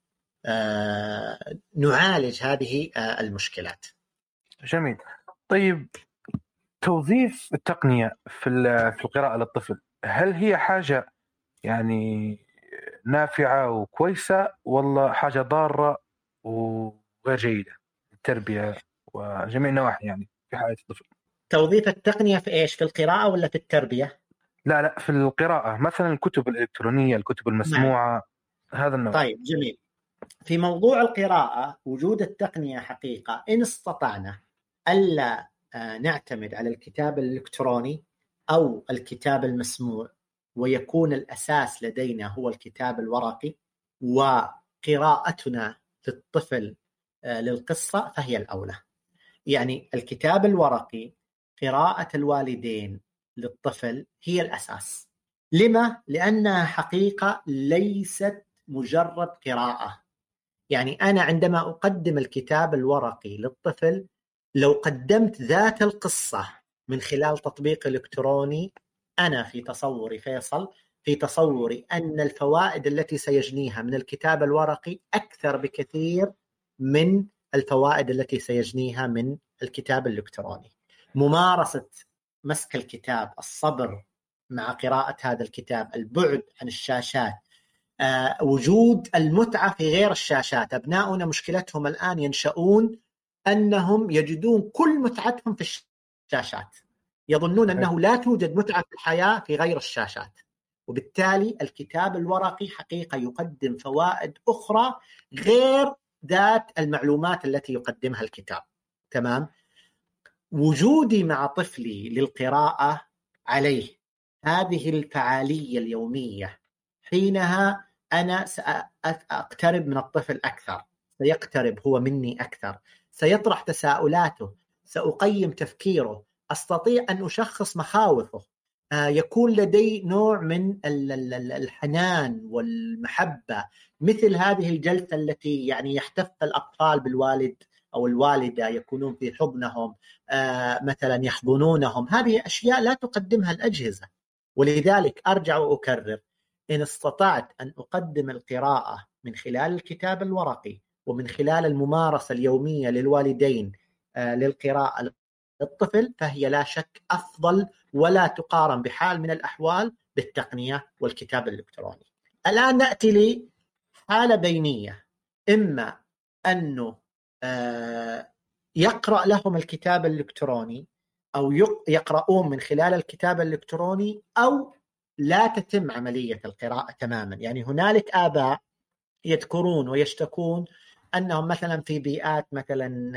آه نعالج هذه آه المشكلات. جميل. طيب، توظيف التقنية في في القراءة للطفل، هل هي حاجة يعني نافعة وكويسة، ولا حاجة ضارة وغير جيدة للتربية وجميع النواحي يعني في حياة الطفل؟ توظيف التقنية في إيش؟ في القراءة ولا في التربية؟ لا لا، في القراءة، مثلا الكتب الإلكترونية، الكتب المسموعة، نعم. هذا النوع. طيب جميل. في موضوع القراءة وجود التقنية حقيقة، إن استطعنا ألا نعتمد على الكتاب الإلكتروني أو الكتاب المسموع، ويكون الأساس لدينا هو الكتاب الورقي، وقراءتنا للطفل للقصة، فهي الأولى. يعني الكتاب الورقي، قراءة الوالدين للطفل هي الأساس. لما؟ لأنها حقيقة ليست مجرد قراءة. يعني أنا عندما أقدم الكتاب الورقي للطفل، لو قدمت ذات القصة من خلال تطبيق إلكتروني، أنا في تصوري فيصل، في تصوري أن الفوائد التي سيجنيها من الكتاب الورقي أكثر بكثير من الفوائد التي سيجنيها من الكتاب الإلكتروني. ممارسة مسك الكتاب، الصبر مع قراءة هذا الكتاب، البعد عن الشاشات، آه، وجود المتعة في غير الشاشات. أبناؤنا مشكلتهم الآن ينشؤون أنهم يجدون كل متعتهم في الشاشات، يظنون أنه لا توجد متعة في الحياة في غير الشاشات. وبالتالي الكتاب الورقي حقيقة يقدم فوائد أخرى غير ذات المعلومات التي يقدمها الكتاب. تمام. وجودي مع طفلي للقراءة عليه هذه الفعالية اليومية، حينها أنا سأقترب من الطفل أكثر، سيقترب هو مني أكثر، سيطرح تساؤلاته، سأقيم تفكيره، أستطيع أن أشخص مخاوفه، آه يكون لدي نوع من الحنان والمحبة، مثل هذه الجلسة التي يعني يحتف الأطفال بالوالد أو الوالدة، يكونون في حضنهم، آه مثلا يحضنونهم. هذه أشياء لا تقدمها الأجهزة. ولذلك أرجع وأكرر، إن استطعت أن أقدم القراءة من خلال الكتاب الورقي ومن خلال الممارسة اليومية للوالدين آه للقراءة للطفل، فهي لا شك أفضل، ولا تقارن بحال من الأحوال بالتقنية والكتاب الإلكتروني. الآن نأتي لي حالة بينية، إما أنه آه يقرأ لهم الكتاب الإلكتروني أو يقرؤون من خلال الكتاب الإلكتروني، أو لا تتم عملية القراءة تماما. يعني هنالك آباء يذكرون ويشتكون أنهم مثلا في بيئات مثلا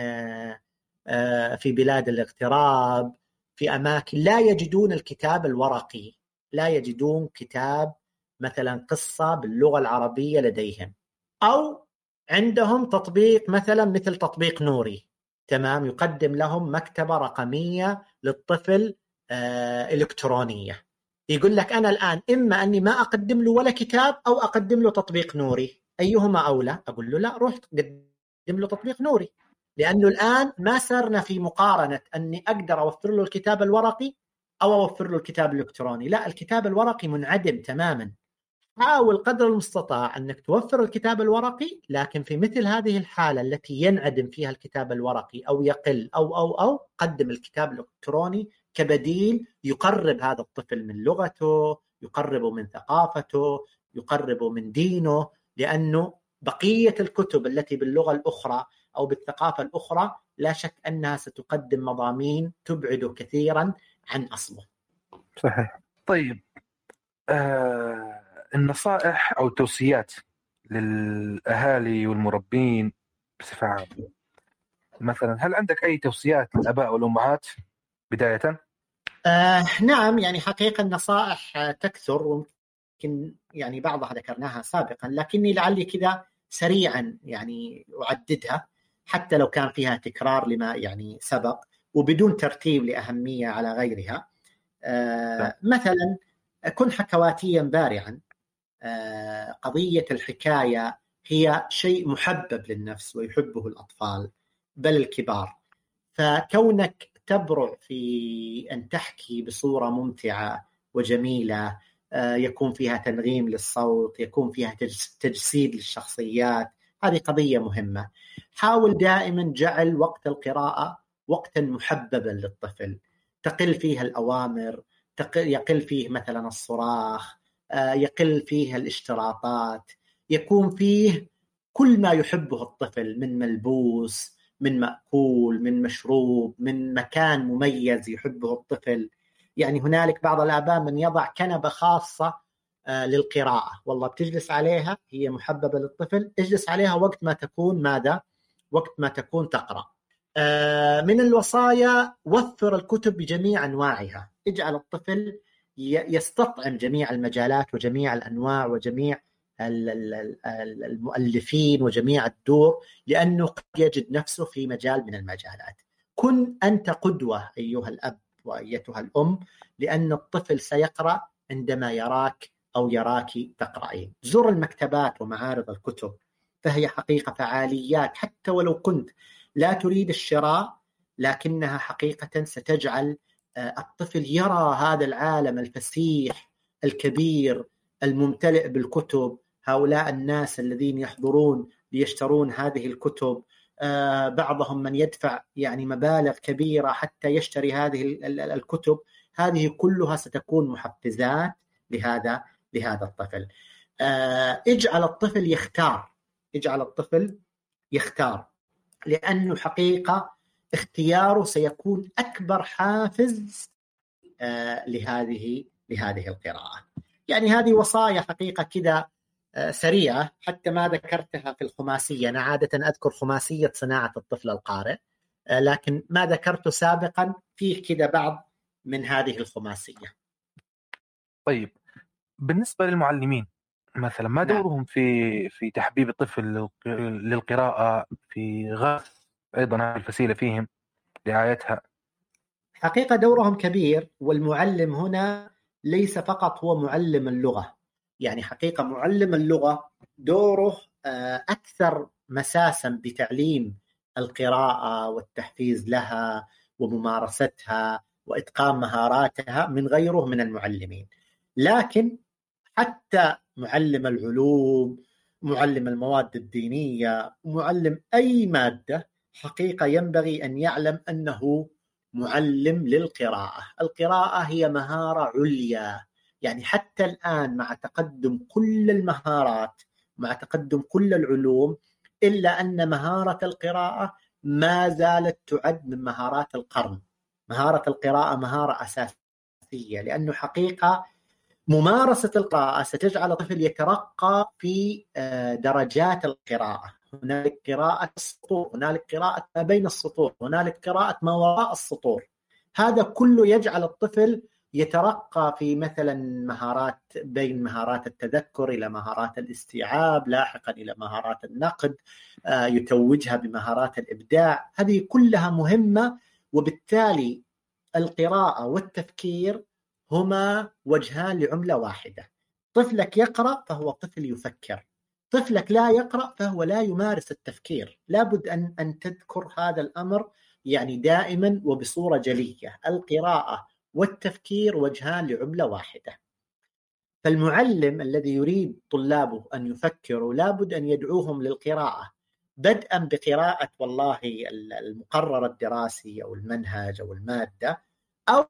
في بلاد الاغتراب، في أماكن لا يجدون الكتاب الورقي، لا يجدون كتاب مثلا قصة باللغة العربية لديهم، أو عندهم تطبيق مثلا مثل تطبيق نوري، تمام، يقدم لهم مكتبة رقمية للطفل آه إلكترونية. يقول لك أنا الآن إما أني ما أقدم له ولا كتاب، أو أقدم له تطبيق نوري، أيهما أولى؟ أقول له لا، روح قدم له تطبيق نوري، لأنه الآن ما صرنا في مقارنة أني أقدر أوفر له الكتاب الورقي أو أوفر له الكتاب الإلكتروني. لا، الكتاب الورقي منعدم تماما. حاول قدر المستطاع أنك توفر الكتاب الورقي، لكن في مثل هذه الحالة التي ينعدم فيها الكتاب الورقي أو يقل أو أو أو قدم الكتاب الإلكتروني كبديل يقرب هذا الطفل من لغته، يقربه من ثقافته، يقربه من دينه. لأنه بقية الكتب التي باللغة الأخرى أو بالثقافة الأخرى لا شك أنها ستقدم مضامين تبعد كثيرا عن أصله. صحيح. طيب، آه النصائح أو التوصيات للأهالي والمربين بصفة عامة، مثلا هل عندك أي توصيات للآباء والأمهات بداية؟ آه نعم، يعني حقيقة النصائح تكثر، ويمكن يعني بعضها ذكرناها سابقا، لكني لعلي كذا سريعا يعني أعددها. حتى لو كان فيها تكرار لما يعني سبق وبدون ترتيب لأهمية على غيرها. آه مثلا كن حكواتيا بارعا. آه قضية الحكاية هي شيء محبب للنفس ويحبه الأطفال بل الكبار، فكونك تبرع في أن تحكي بصورة ممتعة وجميلة، آه يكون فيها تنغيم للصوت، يكون فيها تجسيد للشخصيات، هذه قضية مهمة. حاول دائما جعل وقت القراءة وقتا محببا للطفل، تقل فيها الأوامر، يقل فيه مثلا الصراخ، يقل فيه الاشتراطات، يكون فيه كل ما يحبه الطفل من ملبوس، من مأكول، من مشروب، من مكان مميز يحبه الطفل. يعني هنالك بعض الآباء من يضع كنبة خاصة للقراءة، والله بتجلس عليها، هي محببة للطفل، اجلس عليها وقت ما تكون ماذا؟ وقت ما تكون تقرأ. من الوصايا وفر الكتب بجميع أنواعها، اجعل الطفل يستطعم جميع المجالات وجميع الأنواع وجميع المؤلفين وجميع الدور، لأنه قد يجد نفسه في مجال من المجالات. كن أنت قدوة أيها الأب وأيتها الأم، لأن الطفل سيقرأ عندما يراك أو يراك تقرأين. زر المكتبات ومعارض الكتب، فهي حقيقة فعاليات حتى ولو كنت لا تريد الشراء، لكنها حقيقة ستجعل الطفل يرى هذا العالم الفسيح الكبير الممتلئ بالكتب، هؤلاء الناس الذين يحضرون ليشترون هذه الكتب، بعضهم من يدفع يعني مبالغ كبيرة حتى يشتري هذه الكتب. هذه كلها ستكون محفزات لهذا لهذا الطفل. اجعل الطفل يختار، اجعل الطفل يختار، لأنه حقيقة اختياره سيكون أكبر حافز آه لهذه لهذه القراءة. يعني هذه وصايا حقيقة كده آه سريعة، حتى ما ذكرتها في الخماسية. أنا عادة أذكر خماسية صناعة الطفل القارئ، آه لكن ما ذكرته سابقا فيه كده بعض من هذه الخماسية. طيب، بالنسبة للمعلمين مثلا، ما دورهم نعم. في في تحبيب الطفل للقراءة، في غرس أيضا هذه الفسيلة فيهم، رعايتها؟ حقيقة دورهم كبير، والمعلم هنا ليس فقط هو معلم اللغة. يعني حقيقة معلم اللغة دوره أكثر مساسا بتعليم القراءة والتحفيز لها وممارستها وإتقان مهاراتها من غيره من المعلمين. لكن حتى معلم العلوم، معلم المواد الدينية، معلم أي مادة، حقيقة ينبغي أن يعلم أنه معلم للقراءة. القراءة هي مهارة عليا، يعني حتى الآن مع تقدم كل المهارات، مع تقدم كل العلوم، إلا أن مهارة القراءة ما زالت تعد من مهارات القرن. مهارة القراءة مهارة أساسية، لأنه حقيقة ممارسة القراءة ستجعل الطفل يترقى في درجات القراءة. هنالك قراءة السطور، هنالك قراءة ما بين السطور، هنالك قراءة ما وراء السطور. هذا كله يجعل الطفل يترقى في مثلا مهارات، بين مهارات التذكر إلى مهارات الاستيعاب، لاحقا إلى مهارات النقد، يتوجها بمهارات الإبداع. هذه كلها مهمة، وبالتالي القراءة والتفكير هما وجهان لعملة واحدة. طفلك يقرأ فهو طفل يفكر، طفلك لا يقرأ فهو لا يمارس التفكير. لابد أن أن تذكر هذا الأمر يعني دائما وبصورة جلية. القراءة والتفكير وجهان لعملة واحدة. فالمعلم الذي يريد طلابه أن يفكروا لابد أن يدعوهم للقراءة، بدءا بقراءة والله المقرر الدراسي أو المنهج أو المادة، أو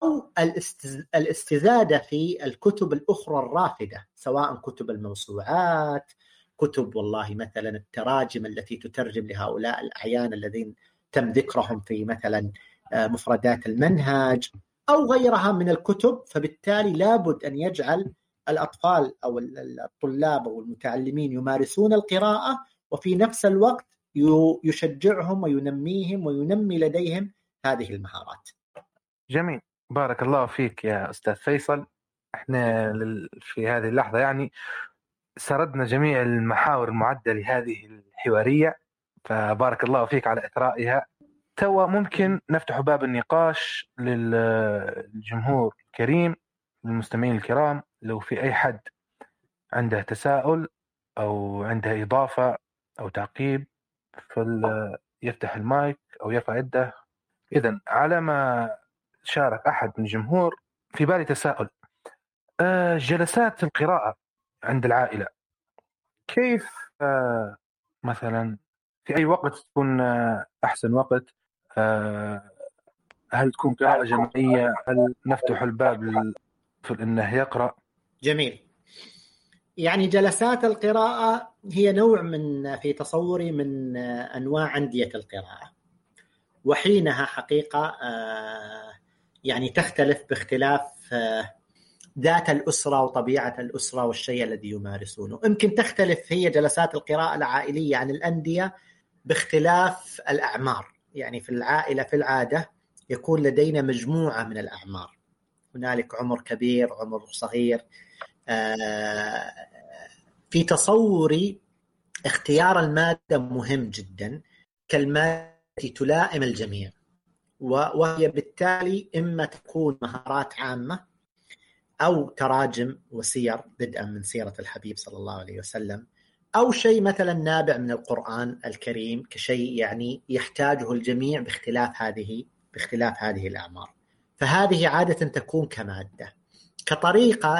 الاستزادة في الكتب الأخرى الرافدة، سواء كتب الموسوعات، كتب والله مثلا التراجم التي تترجم لهؤلاء الأعيان الذين تم ذكرهم في مثلا مفردات المنهج أو غيرها من الكتب. فبالتالي لابد أن يجعل الأطفال أو الطلاب أو المتعلمين يمارسون القراءة، وفي نفس الوقت يشجعهم وينميهم وينمي لديهم هذه المهارات. جميل، بارك الله فيك يا أستاذ فيصل. احنا في هذه اللحظة يعني سردنا جميع المحاور المعدة لهذه الحوارية، فبارك الله فيك على إثرائها. توا ممكن نفتح باب النقاش للجمهور الكريم، للمستمعين الكرام. لو في أي حد عنده تساؤل أو عنده إضافة أو تعقيب فليفتح المايك أو يرفع يده. إذن على ما شارك أحد من الجمهور، في بالي تساؤل. آه، جلسات القراءة عند العائلة كيف؟ آه، مثلا في أي وقت تكون آه، أحسن وقت؟ آه، هل تكون قراءة جماعية؟ هل نفتح الباب للطفل إنه يقرأ؟ جميل. يعني جلسات القراءة هي نوع من في تصوري من أنواع أندية القراءة، وحينها حقيقة يعني تختلف باختلاف ذات الأسرة وطبيعة الأسرة والشيء الذي يمارسونه. يمكن تختلف هي جلسات القراءة العائلية عن الأندية باختلاف الأعمار. يعني في العائلة في العادة يكون لدينا مجموعة من الأعمار، هنالك عمر كبير، عمر صغير. في تصوري اختيار المادة مهم جدا كالمادة تلائم الجميع، وهي بالتالي إما تكون مهارات عامة أو تراجم وسير بدءا من سيرة الحبيب صلى الله عليه وسلم، أو شيء مثلا نابع من القرآن الكريم كشيء يعني يحتاجه الجميع باختلاف هذه باختلاف هذه الأعمار. فهذه عادة تكون كمادة. كطريقة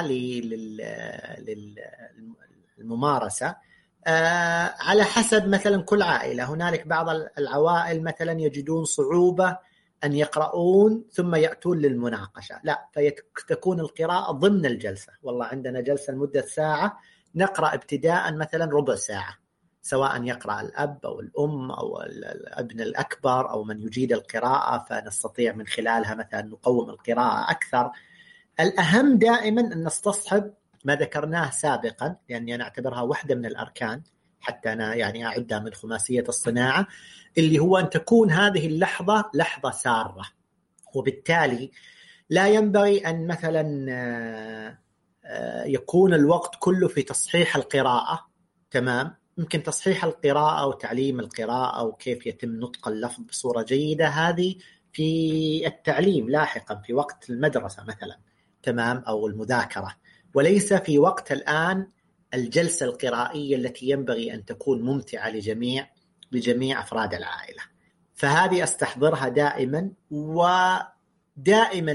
للممارسة على حسب مثلا كل عائلة. هنالك بعض العوائل مثلا يجدون صعوبة أن يقرؤون ثم يأتون للمناقشة، لا، فتكون القراءة ضمن الجلسة. والله عندنا جلسة لمدة ساعة، نقرأ ابتداء مثلا ربع ساعة، سواء يقرأ الأب أو الأم أو الابن الأكبر أو من يجيد القراءة، فنستطيع من خلالها مثلا نقوم القراءة أكثر. الأهم دائما أن نستصحب ما ذكرناه سابقا، لأني أنا أعتبرها واحدة من الأركان حتى أنا يعني أعدها من خماسية الصناعة، اللي هو أن تكون هذه اللحظة لحظة سارة. وبالتالي لا ينبغي أن مثلا يكون الوقت كله في تصحيح القراءة. تمام، يمكن تصحيح القراءة وتعليم القراءة وكيف يتم نطق اللفظ بصورة جيدة، هذه في التعليم لاحقا في وقت المدرسة مثلا، تمام، أو المذاكرة، وليس في وقت الآن الجلسة القرائية التي ينبغي أن تكون ممتعة لجميع لجميع أفراد العائلة. فهذه أستحضرها دائما، ودائما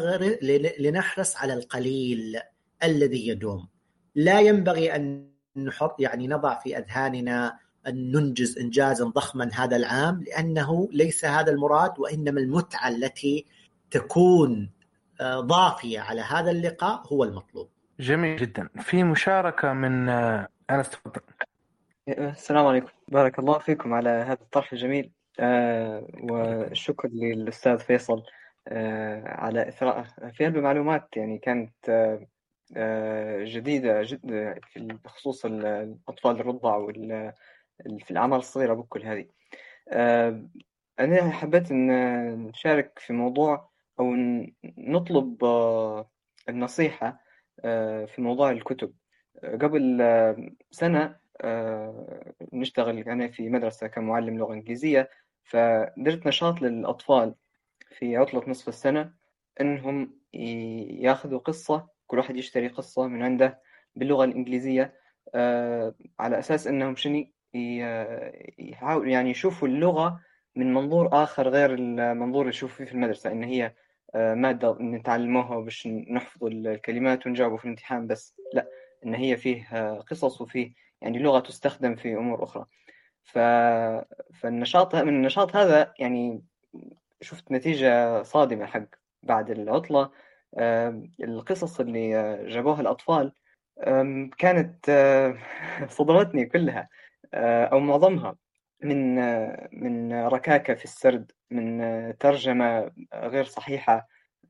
لنحرص على القليل الذي يدوم. لا ينبغي أن نحط يعني نضع في أذهاننا أن ننجز إنجازا ضخما هذا العام، لأنه ليس هذا المراد، وإنما المتعة التي تكون ضافية على هذا اللقاء هو المطلوب. جميل جدا. في مشاركة من أنس، تفضل. السلام عليكم، بارك الله فيكم على هذا الطرح الجميل، آه والشكر للأستاذ فيصل آه على إثراءه في هذه المعلومات. يعني كانت آه آه جديدة جدا بخصوص الأطفال الرضع وال في الأعمار الصغيرة بكل هذه. آه أنا حبيت أن نشارك في موضوع أو نطلب آه النصيحة آه في موضوع الكتب. قبل آه سنة آه نشتغل أنا في مدرسة كمعلم لغة إنجليزية، فدرت نشاط للأطفال في عطلة نصف السنة إنهم ياخذوا قصة، كل واحد يشتري قصة من عنده باللغة الإنجليزية، آه على أساس إنهم شني يحاولوا يعني يشوفوا اللغة من منظور آخر غير المنظور اللي يشوفوا فيه في المدرسة، إن هي آه مادة نتعلموها باش نحفظ الكلمات ونجاوبوا في الامتحان بس، لا، إن هي فيه قصص وفيه يعني لغة تستخدم في أمور أخرى. ف... فالنشاط من النشاط هذا يعني شفت نتيجة صادمة حق بعد العطلة. القصص اللي جابوها الأطفال كانت صدمتني كلها أو معظمها، من من ركاكة في السرد، من ترجمة غير صحيحة،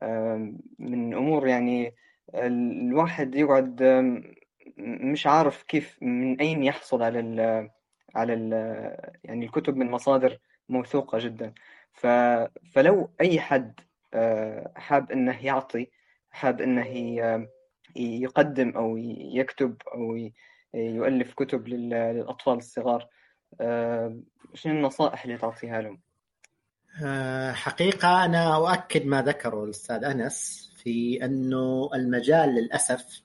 من أمور يعني الواحد يقعد مش عارف كيف من أين يحصل على ال على ال يعني الكتب من مصادر موثوقة جدا. ف فلو أي حد حاب إنه يعطي، حاب إنه يقدم أو يكتب أو يؤلف كتب للأطفال الصغار، شنو النصائح اللي تعطيها لهم؟ حقيقة أنا أؤكد ما ذكره الأستاذ أنس في أنه المجال للأسف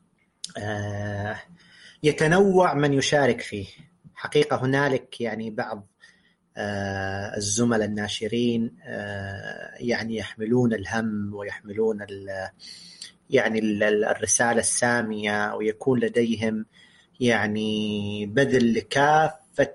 يتنوع من يشارك فيه. حقيقة هنالك يعني بعض الزملاء الناشرين يعني يحملون الهم ويحملون يعني الرسالة السامية، ويكون لديهم يعني بذل لكافة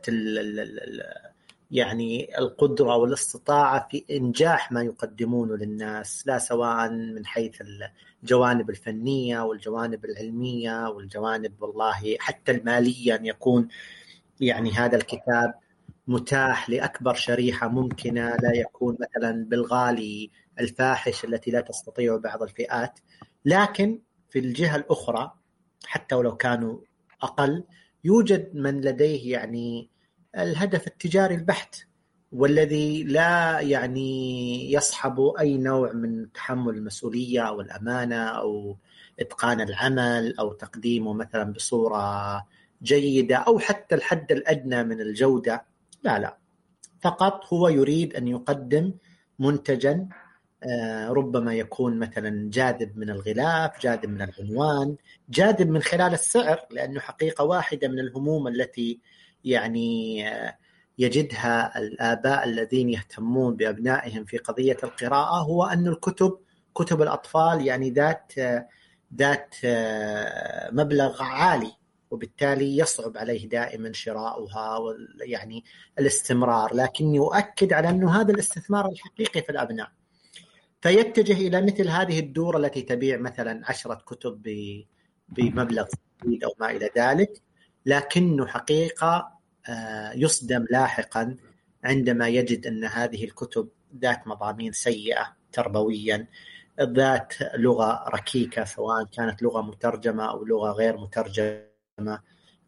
يعني القدرة والاستطاعة في إنجاح ما يقدمونه للناس، لا سواء من حيث الجوانب الفنية والجوانب العلمية والجوانب والله حتى المالية، أن يكون يعني هذا الكتاب متاح لأكبر شريحة ممكنة، لا يكون مثلا بالغالي الفاحش التي لا تستطيع بعض الفئات. لكن في الجهة الأخرى حتى ولو كانوا أقل، يوجد من لديه يعني الهدف التجاري البحت، والذي لا يعني يصحب أي نوع من تحمل المسؤولية أو الأمانة أو إتقان العمل أو تقديمه مثلا بصورة جيدة أو حتى الحد الأدنى من الجودة. لا لا، فقط هو يريد أن يقدم منتجا ربما يكون مثلا جاذب من الغلاف، جاذب من العنوان، جاذب من خلال السعر، لأنه حقيقة واحدة من الهموم التي يعني يجدها الآباء الذين يهتمون بأبنائهم في قضية القراءة هو أن الكتب كتب الأطفال يعني ذات ذات مبلغ عالي، وبالتالي يصعب عليه دائما شراؤها يعني الاستمرار. لكني أؤكد على أنه هذا الاستثمار الحقيقي في الأبناء، فيتجه إلى مثل هذه الدورة التي تبيع مثلا عشرة كتب بمبلغ جديد أو ما إلى ذلك، لكنه حقيقة يصدم لاحقا عندما يجد أن هذه الكتب ذات مضامين سيئة تربويا، ذات لغة ركيكة سواء كانت لغة مترجمة أو لغة غير مترجمة،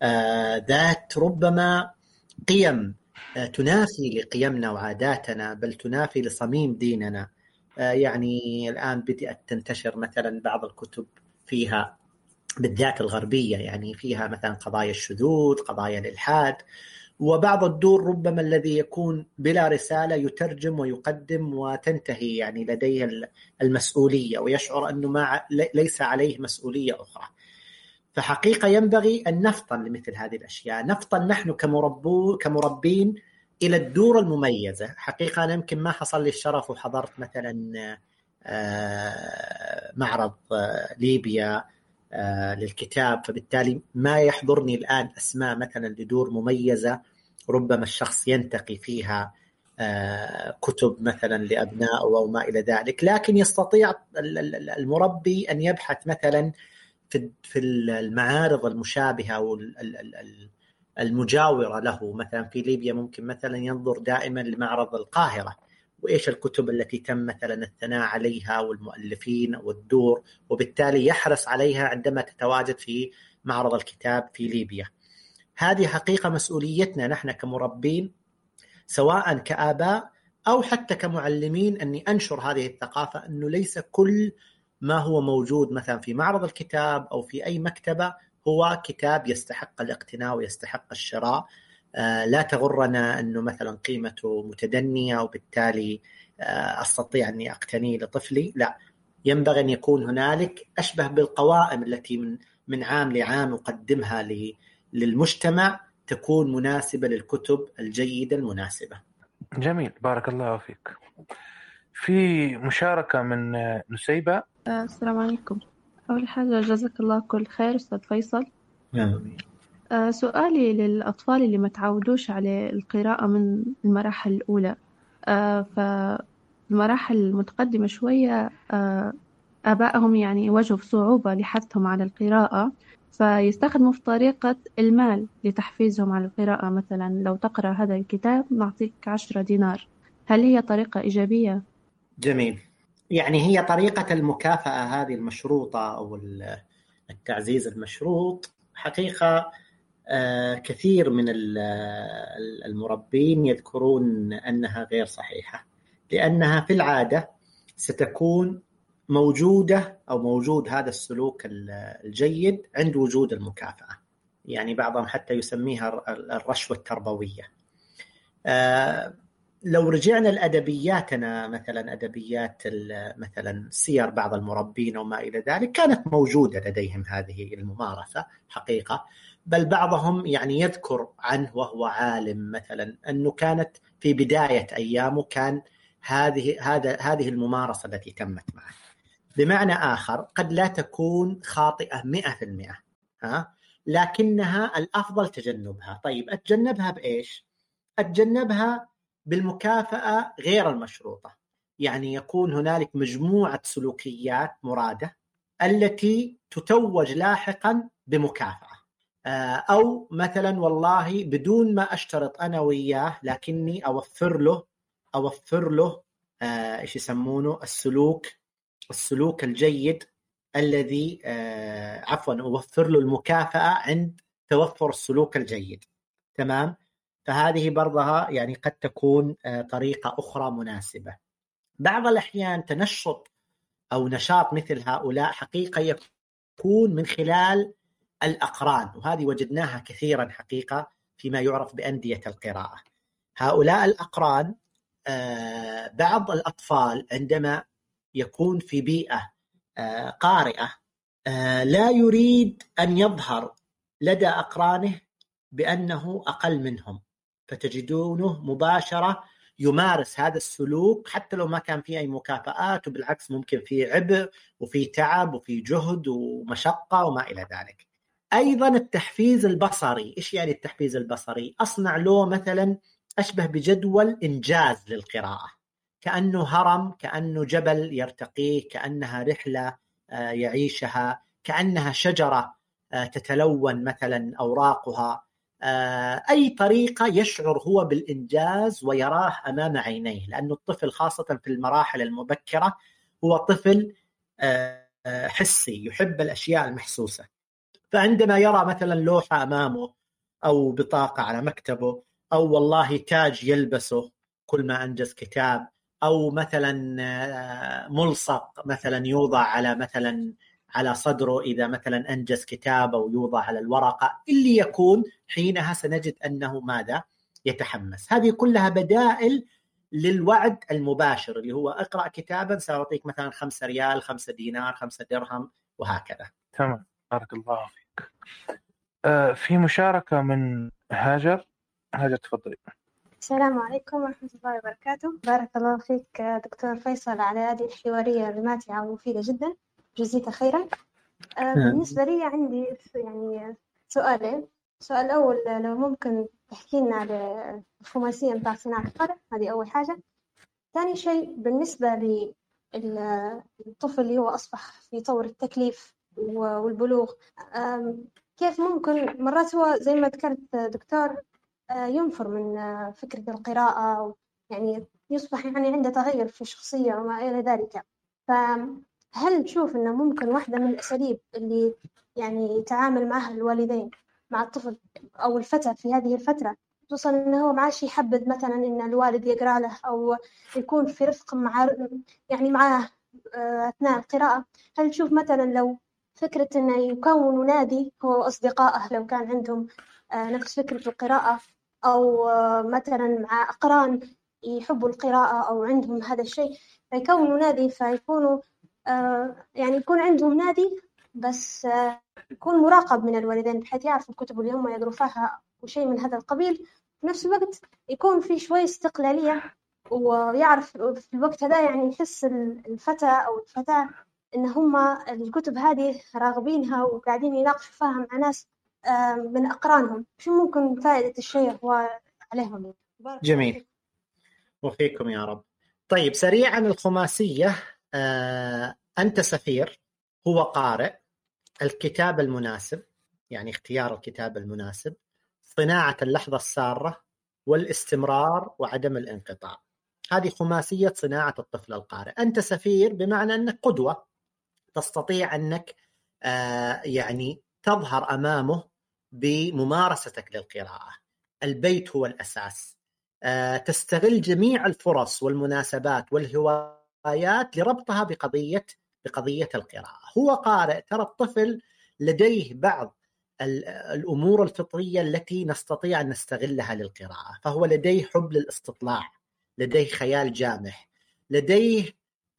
ذات ربما قيم تنافي لقيمنا وعاداتنا، بل تنافي لصميم ديننا. يعني الآن بدأت تنتشر مثلا بعض الكتب فيها بالذات الغربية يعني فيها مثلا قضايا الشذوذ، قضايا الإلحاد، وبعض الدور ربما الذي يكون بلا رسالة يترجم ويقدم وتنتهي يعني لديه المسؤولية ويشعر أنه ما ليس عليه مسؤولية أخرى. فحقيقة ينبغي أن نفطن لمثل هذه الأشياء، نفطن نحن كمربو كمربين إلى الدور المميزة. حقيقة أنا يمكن ما حصل لي الشرف وحضرت مثلا معرض ليبيا للكتاب، فبالتالي ما يحضرني الآن أسماء مثلا لدور مميزة ربما الشخص ينتقي فيها كتب مثلا لأبناء أو ما إلى ذلك. لكن يستطيع المربي أن يبحث مثلا في المعارض المشابهة أو المجاورة له. مثلا في ليبيا ممكن مثلا ينظر دائما لمعرض القاهرة وإيش الكتب التي تم مثلا الثناء عليها والمؤلفين والدور، وبالتالي يحرص عليها عندما تتواجد في معرض الكتاب في ليبيا. هذه حقيقة مسؤوليتنا نحن كمربين سواء كآباء أو حتى كمعلمين، أني أنشر هذه الثقافة، أنه ليس كل ما هو موجود مثلا في معرض الكتاب أو في أي مكتبة هو كتاب يستحق الاقتناء ويستحق الشراء. آه لا تغرنا أنه مثلا قيمته متدنية وبالتالي آه أستطيع أني أقتنيه لطفلي. لا، ينبغي أن يكون هنالك أشبه بالقوائم التي من, من عام لعام أقدمها للمجتمع تكون مناسبة للكتب الجيدة المناسبة. جميل، بارك الله فيك. في مشاركة من نسيبة. السلام عليكم. أول حاجة جزاك الله كل خير أستاذ فيصل. آمين. أه سؤالي للأطفال اللي ما تعودوش على القراءة من المراحل الأولى، أه فالمراحل المتقدمة شوية أه آبائهم يعني يواجهوا صعوبة لحثهم على القراءة، فيستخدموا في طريقة المال لتحفيزهم على القراءة. مثلا لو تقرأ هذا الكتاب نعطيك عشرة دينار. هل هي طريقة إيجابية؟ جميل. يعني هي طريقة المكافأة هذه المشروطة أو التعزيز المشروط. حقيقة كثير من المربين يذكرون أنها غير صحيحة، لأنها في العادة ستكون موجودة أو موجود هذا السلوك الجيد عند وجود المكافأة. يعني بعضهم حتى يسميها الرشوة التربوية. آه لو رجعنا لأدبياتنا مثلا أدبيات مثلا سير بعض المربين وما إلى ذلك كانت موجودة لديهم هذه الممارسة حقيقة، بل بعضهم يعني يذكر عنه وهو عالم مثلا أنه كانت في بداية أيامه كان هذه هذا هذه الممارسة التي تمت معه. بمعنى آخر قد لا تكون خاطئة مئة في المئة ها، لكنها الأفضل تجنبها. طيب أتجنبها بإيش؟ أتجنبها بالمكافأة غير المشروطة، يعني يكون هنالك مجموعة سلوكيات مرادة التي تتوج لاحقا بمكافأة، أو مثلا والله بدون ما أشترط أنا وياه لكني أوفر له أوفر له إيش يسمونه السلوك السلوك الجيد الذي عفوا أوفر له المكافأة عند توفر السلوك الجيد. تمام؟ فهذه برضها يعني قد تكون طريقة أخرى مناسبة. بعض الأحيان تنشط أو نشاط مثل هؤلاء حقيقة يكون من خلال الأقران، وهذه وجدناها كثيرا حقيقة فيما يعرف بأندية القراءة. هؤلاء الأقران بعض الأطفال عندما يكون في بيئة قارئة لا يريد أن يظهر لدى أقرانه بأنه أقل منهم، فتجدونه مباشرة يمارس هذا السلوك حتى لو ما كان فيه أي مكافآت، وبالعكس ممكن فيه عبء وفيه تعب وفيه جهد ومشقة وما إلى ذلك. أيضا التحفيز البصري. إيش يعني التحفيز البصري؟ أصنع له مثلا أشبه بجدول إنجاز للقراءة، كأنه هرم، كأنه جبل يرتقيه، كأنها رحلة يعيشها، كأنها شجرة تتلون مثلا أوراقها، أي طريقة يشعر هو بالإنجاز ويراه أمام عينيه، لأن الطفل خاصة في المراحل المبكرة هو طفل حسي يحب الأشياء المحسوسة. فعندما يرى مثلا لوحة أمامه أو بطاقة على مكتبه أو والله تاج يلبسه كل ما أنجز كتاب، أو مثلا ملصق مثلا يوضع على مثلا على صدره إذا مثلا أنجز كتاب، أو يوضع على الورقة اللي يكون، حينها سنجد أنه ماذا؟ يتحمس. هذه كلها بدائل للوعد المباشر اللي هو اقرأ كتابا سأعطيك مثلا خمسة ريال، خمسة دينار، خمسة درهم، وهكذا. تمام، بارك الله فيك. آه في مشاركة من هاجر. هاجر تفضلي. السلام عليكم ورحمة الله وبركاته. بارك الله فيك دكتور فيصل على هذه الحوارية الماتعة ومفيدة جدا، جزيك خيرا. آه بالنسبة لي عندي يعني سؤالين. السؤال الأول لو ممكن تحكي لنا على الخماسية متاع صناعة القلم، هذه أول حاجة. ثاني شيء بالنسبة للطفل اللي هو أصبح في طور التكليف والبلوغ، كيف ممكن مرات هو زي ما ذكرت دكتور ينفر من فكرة القراءة، يعني يصبح يعني عنده تغير في الشخصية وما إلى ذلك. فهل تشوف إنه ممكن واحدة من الأساليب اللي يعني يتعامل معها الوالدين مع الطفل أو الفتى في هذه الفترة، خصوصا إنه هو معاش يحبذ مثلا إن الوالد يقرأ له أو يكون في رفق مع يعني معه أثناء القراءة، هل تشوف مثلا لو فكرة إنه يكون نادي هو وأصدقائه لو كان عندهم نفس فكرة القراءة، أو مثلا مع أقران يحبوا القراءة أو عندهم هذا الشيء، فيكونوا نادي، فيكونوا يعني يكون عندهم نادي بس يكون مراقب من الوالدين بحيث يعرفوا الكتب اللي هم يقروا فيها وشيء من هذا القبيل. في نفس الوقت يكون في شوية استقلالية، ويعرف في الوقت هذا يعني يحس الفتى أو الفتاة إن هم الكتب هذه راغبينها وقاعدين يناقشوا فيها مع ناس من أقرانهم. شو ممكن فائدة الشيء هو عليهم؟ جميل، وفيكم يا رب. طيب سريعا الخماسية. آه، أنت سفير، هو قارئ، الكتاب المناسب يعني اختيار الكتاب المناسب، صناعة اللحظة السارة، والاستمرار وعدم الانقطاع. هذه خماسية صناعة الطفل القارئ. أنت سفير بمعنى أنك قدوة، تستطيع أنك آه يعني تظهر أمامه بممارستك للقراءة. البيت هو الأساس. آه تستغل جميع الفرص والمناسبات والهوايات لربطها بقضية بقضية القراءة. هو قارئ، ترى الطفل لديه بعض الأمور الفطرية التي نستطيع أن نستغلها للقراءة. فهو لديه حب للاستطلاع، لديه خيال جامح، لديه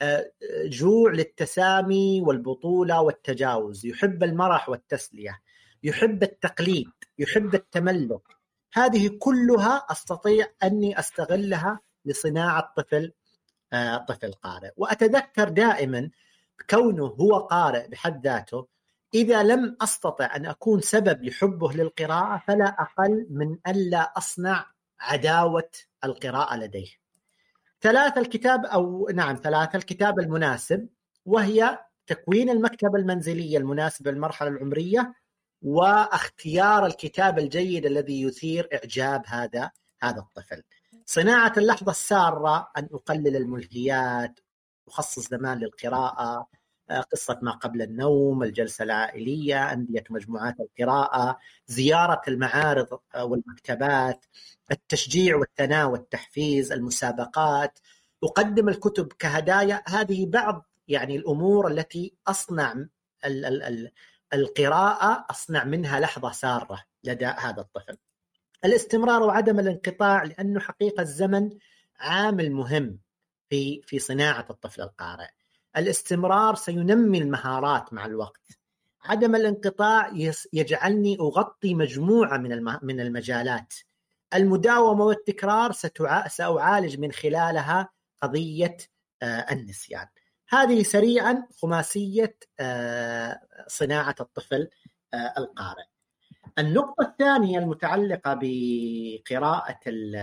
جوع للتسامي والبطولة والتجاوز، يحب المرح والتسلية، يحب التقليد، يحب التملك. هذه كلها أستطيع أني أستغلها لصناعة طفل طفل قارئ. وأتذكر دائما كونه هو قارئ بحد ذاته، إذا لم أستطع أن أكون سبب لحبه للقراءة فلا أقل من ألا أصنع عداوة القراءة لديه. ثلاثة الكتاب أو نعم ثلاثة الكتاب المناسب، وهي تكوين المكتبة المنزلية المناسبة للمرحلة العمرية، واختيار الكتاب الجيد الذي يثير إعجاب هذا هذا الطفل. صناعة اللحظة السارة، أن أقلل الملهيات، أخصص زمان للقراءة، قصة ما قبل النوم، الجلسة العائلية، أندية مجموعات القراءة، زيارة المعارض والمكتبات، التشجيع والثناء والتحفيز، المسابقات، أقدم الكتب كهدايا. هذه بعض يعني الأمور التي أصنع ال ال ال القراءة أصنع منها لحظة سارة لدى هذا الطفل. الاستمرار وعدم الانقطاع، لأنه حقيقة الزمن عامل مهم في في صناعة الطفل القارئ. الاستمرار سينمي المهارات مع الوقت. عدم الانقطاع يجعلني أغطي مجموعة من من المجالات. المداومة والتكرار سأعالج من خلالها قضية النسيان. هذه سريعا خماسية صناعة الطفل القارئ. النقطة الثانية المتعلقة بقراءة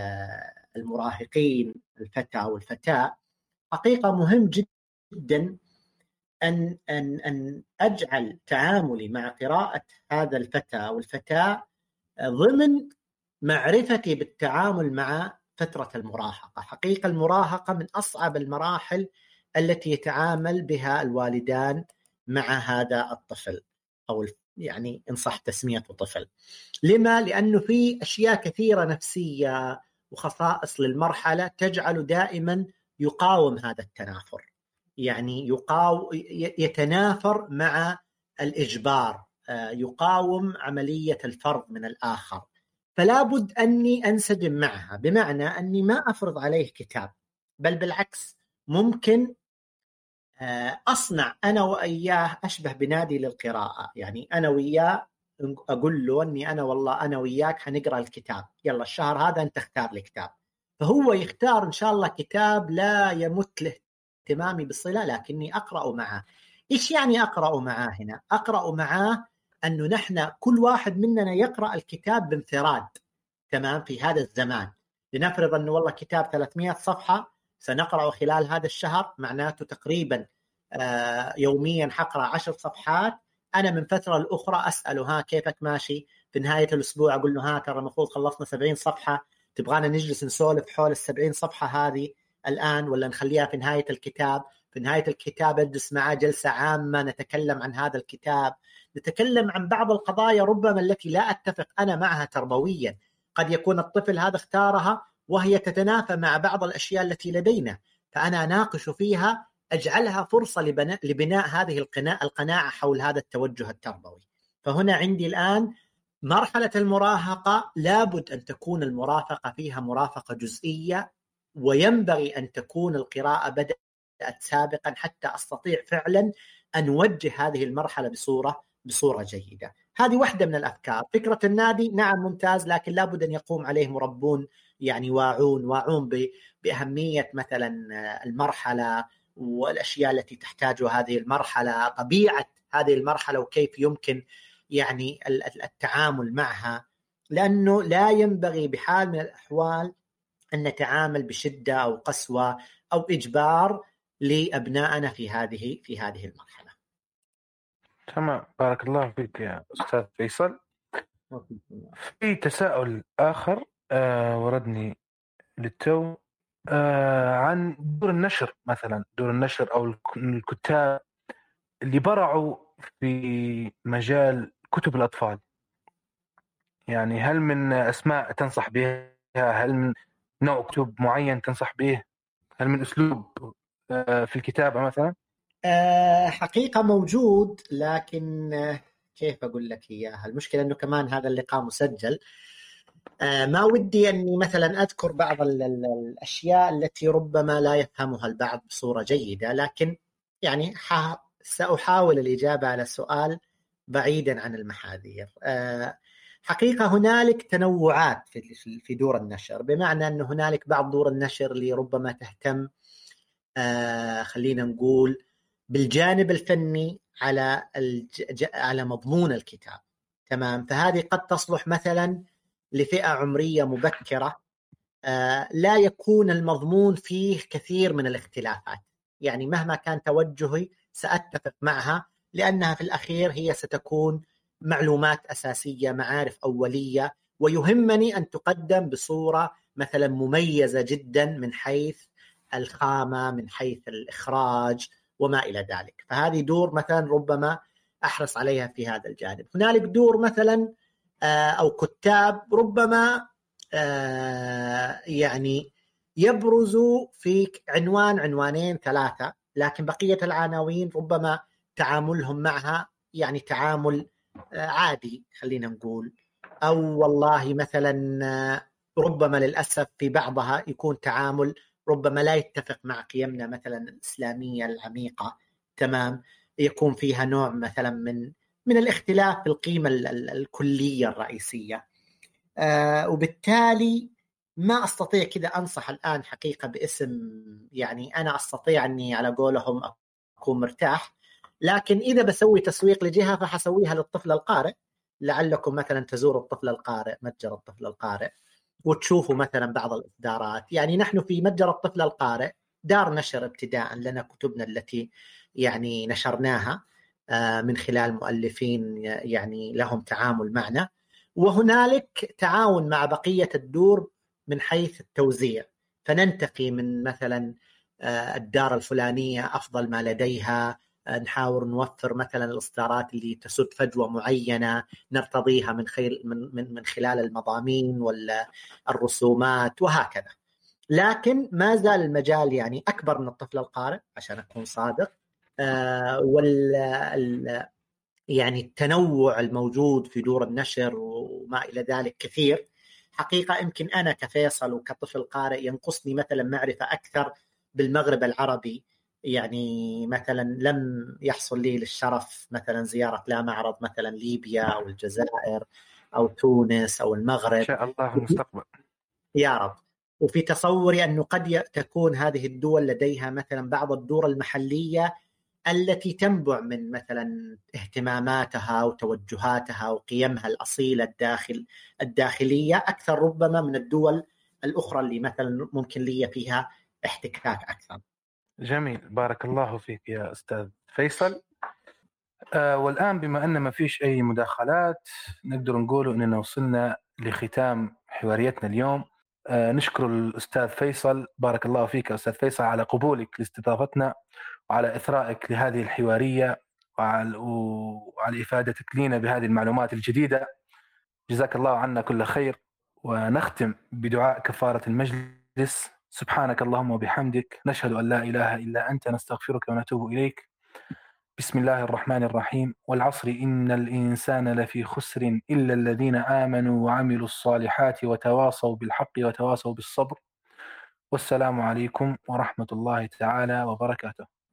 المراهقين الفتى والفتاة، حقيقة مهم جدا أن أن أن أجعل تعاملي مع قراءة هذا الفتى والفتاة ضمن معرفتي بالتعامل مع فترة المراهقة. حقيقة المراهقة من أصعب المراحل التي يتعامل بها الوالدان مع هذا الطفل، أو يعني إن صح تسميته طفل. لما؟ لأنه في أشياء كثيرة نفسية وخصائص للمرحلة تجعله دائما يقاوم هذا التنافر، يعني يقاو يتنافر مع الإجبار، يقاوم عملية الفرض من الآخر. فلا بد أني أنسجم معها، بمعنى أني ما أفرض عليه كتاب، بل بالعكس ممكن أصنع أنا وإياه أشبه بنادي للقراءة. يعني أنا وإياه أقول له أني أنا والله أنا وإياك حنقرأ الكتاب، يلا الشهر هذا أنت اختار لي كتاب، فهو يختار إن شاء الله كتاب لا يمت له اهتمامي بالصلة لكني أقرأ معه. إيش يعني أقرأ معه هنا؟ أقرأ معه أنه نحن كل واحد مننا يقرأ الكتاب بانفراد، تمام؟ في هذا الزمان لنفرض أنه والله كتاب ثلاثمائة صفحة سنقرأ خلال هذا الشهر، معناته تقريبا آه يوميا حقرأ عشر صفحات. أنا من فترة الأخرى أسأله ها كيفك ماشي؟ في نهاية الأسبوع أقول له ها ترى المفروض خلصنا سبعين صفحة، تبغانا نجلس نسولف حول السبعين صفحة هذه الآن ولا نخليها في نهاية الكتاب؟ في نهاية الكتاب أجلس معاه جلسة عامة نتكلم عن هذا الكتاب، نتكلم عن بعض القضايا ربما التي لا أتفق أنا معها تربويا، قد يكون الطفل هذا اختارها وهي تتنافى مع بعض الأشياء التي لدينا، فأنا أناقش فيها، أجعلها فرصة لبناء, لبناء هذه القناعة حول هذا التوجه التربوي. فهنا عندي الآن مرحلة المراهقة، لابد أن تكون المرافقة فيها مرافقة جزئية، وينبغي أن تكون القراءة بدأت سابقا حتى أستطيع فعلا أن أوجه هذه المرحلة بصورة بصورة جيدة. هذه واحدة من الأفكار. فكرة النادي نعم ممتاز، لكن لابد أن يقوم عليه مربون يعني واعون واعون بأهمية مثلا المرحلة والأشياء التي تحتاجها هذه المرحلة، طبيعة هذه المرحلة وكيف يمكن يعني التعامل معها، لأنه لا ينبغي بحال من الأحوال أن نتعامل بشدة أو قسوة أو إجبار لأبنائنا في هذه في هذه المرحلة. تمام، بارك الله فيك يا أستاذ فيصل. في تساؤل آخر آه وردني للتو آه عن دور النشر، مثلا دور النشر أو الكتاب اللي برعوا في مجال كتب الأطفال. يعني هل من أسماء تنصح بها؟ هل من نوع كتب معين تنصح به؟ هل من أسلوب آه في الكتابة مثلا؟ أه حقيقة موجود، لكن كيف أقول لك إياها؟ المشكلة أنه كمان هذا اللقاء مسجل. آه ما ودي أني مثلا أذكر بعض ال ال الأشياء التي ربما لا يفهمها البعض بصورة جيدة، لكن يعني سأحاول الإجابة على السؤال بعيدا عن المحاذير. آه حقيقة هنالك تنوعات في في دور النشر، بمعنى أن هنالك بعض دور النشر اللي ربما تهتم آه خلينا نقول بالجانب الفني على الج... على مضمون الكتاب، تمام. فهذه قد تصلح مثلا لفئة عمرية مبكرة، آه لا يكون المضمون فيه كثير من الاختلافات، يعني مهما كان توجهي سأتفق معها، لأنها في الأخير هي ستكون معلومات أساسية، معارف أولية، ويهمني أن تقدم بصورة مثلا مميزة جدا من حيث الخامة، من حيث الإخراج وما إلى ذلك. فهذه دور مثلا ربما أحرص عليها في هذا الجانب. هنالك دور مثلا أو كتاب ربما يعني يبرزوا في عنوان عنوانين ثلاثة، لكن بقية العناوين ربما تعاملهم معها يعني تعامل عادي خلينا نقول، أو والله مثلا ربما للأسف في بعضها يكون تعامل ربما لا يتفق مع قيمنا مثلا الإسلامية العميقة، تمام. يكون فيها نوع مثلا من من الاختلاف في القيمة الكلية الرئيسية. آه وبالتالي ما أستطيع كذا أنصح الآن حقيقة باسم، يعني أنا أستطيع أني على قولهم أكون مرتاح، لكن إذا بسوي تسويق لجهة فحسويها للطفل القارئ. لعلكم مثلا تزوروا الطفل القارئ، متجر الطفل القارئ، وتشوفوا مثلا بعض الإصدارات. يعني نحن في متجر الطفل القارئ دار نشر ابتداء لنا كتبنا التي يعني نشرناها من خلال مؤلفين يعني لهم تعامل معنا، وهنالك تعاون مع بقية الدور من حيث التوزيع، فننتقي من مثلا الدار الفلانية أفضل ما لديها، نحاول نوفر مثلا الإصدارات اللي تسد فجوة معينة نرتضيها من خير من من خلال المضامين ولا الرسومات وهكذا. لكن ما زال المجال يعني أكبر من الطفل القارئ عشان أكون صادق. آه وال يعني التنوع الموجود في دور النشر وما إلى ذلك كثير. حقيقة يمكن أنا كفيصل وكطفل قارئ ينقصني مثلا معرفة أكثر بالمغرب العربي، يعني مثلا لم يحصل لي للشرف مثلا زيارة لا معرض مثلا ليبيا أو الجزائر أو تونس أو المغرب إن شاء الله المستقبل يا رب. وفي تصوري أنه قد تكون هذه الدول لديها مثلا بعض الدور المحلية التي تنبع من مثلا اهتماماتها وتوجهاتها وقيمها الأصيلة الداخل الداخلية أكثر ربما من الدول الأخرى اللي مثلا ممكن لي فيها احتكاك أكثر. جميل، بارك الله فيك يا أستاذ فيصل. آه والآن بما أن ما فيش أي مداخلات نقدر نقول أننا وصلنا لختام حواريتنا اليوم. آه نشكر الأستاذ فيصل، بارك الله فيك أستاذ فيصل على قبولك لاستضافتنا وعلى إثرائك لهذه الحوارية وعلى, وعلى إفادتك لنا بهذه المعلومات الجديدة. جزاك الله عنا كل خير. ونختم بدعاء كفارة المجلس. سبحانك اللهم وبحمدك نشهد أن لا إله إلا أنت نستغفرك ونتوب إليك. بسم الله الرحمن الرحيم. والعصر إن الإنسان لفي خسر إلا الذين آمنوا وعملوا الصالحات وتواصوا بالحق وتواصوا بالصبر. والسلام عليكم ورحمة الله تعالى وبركاته.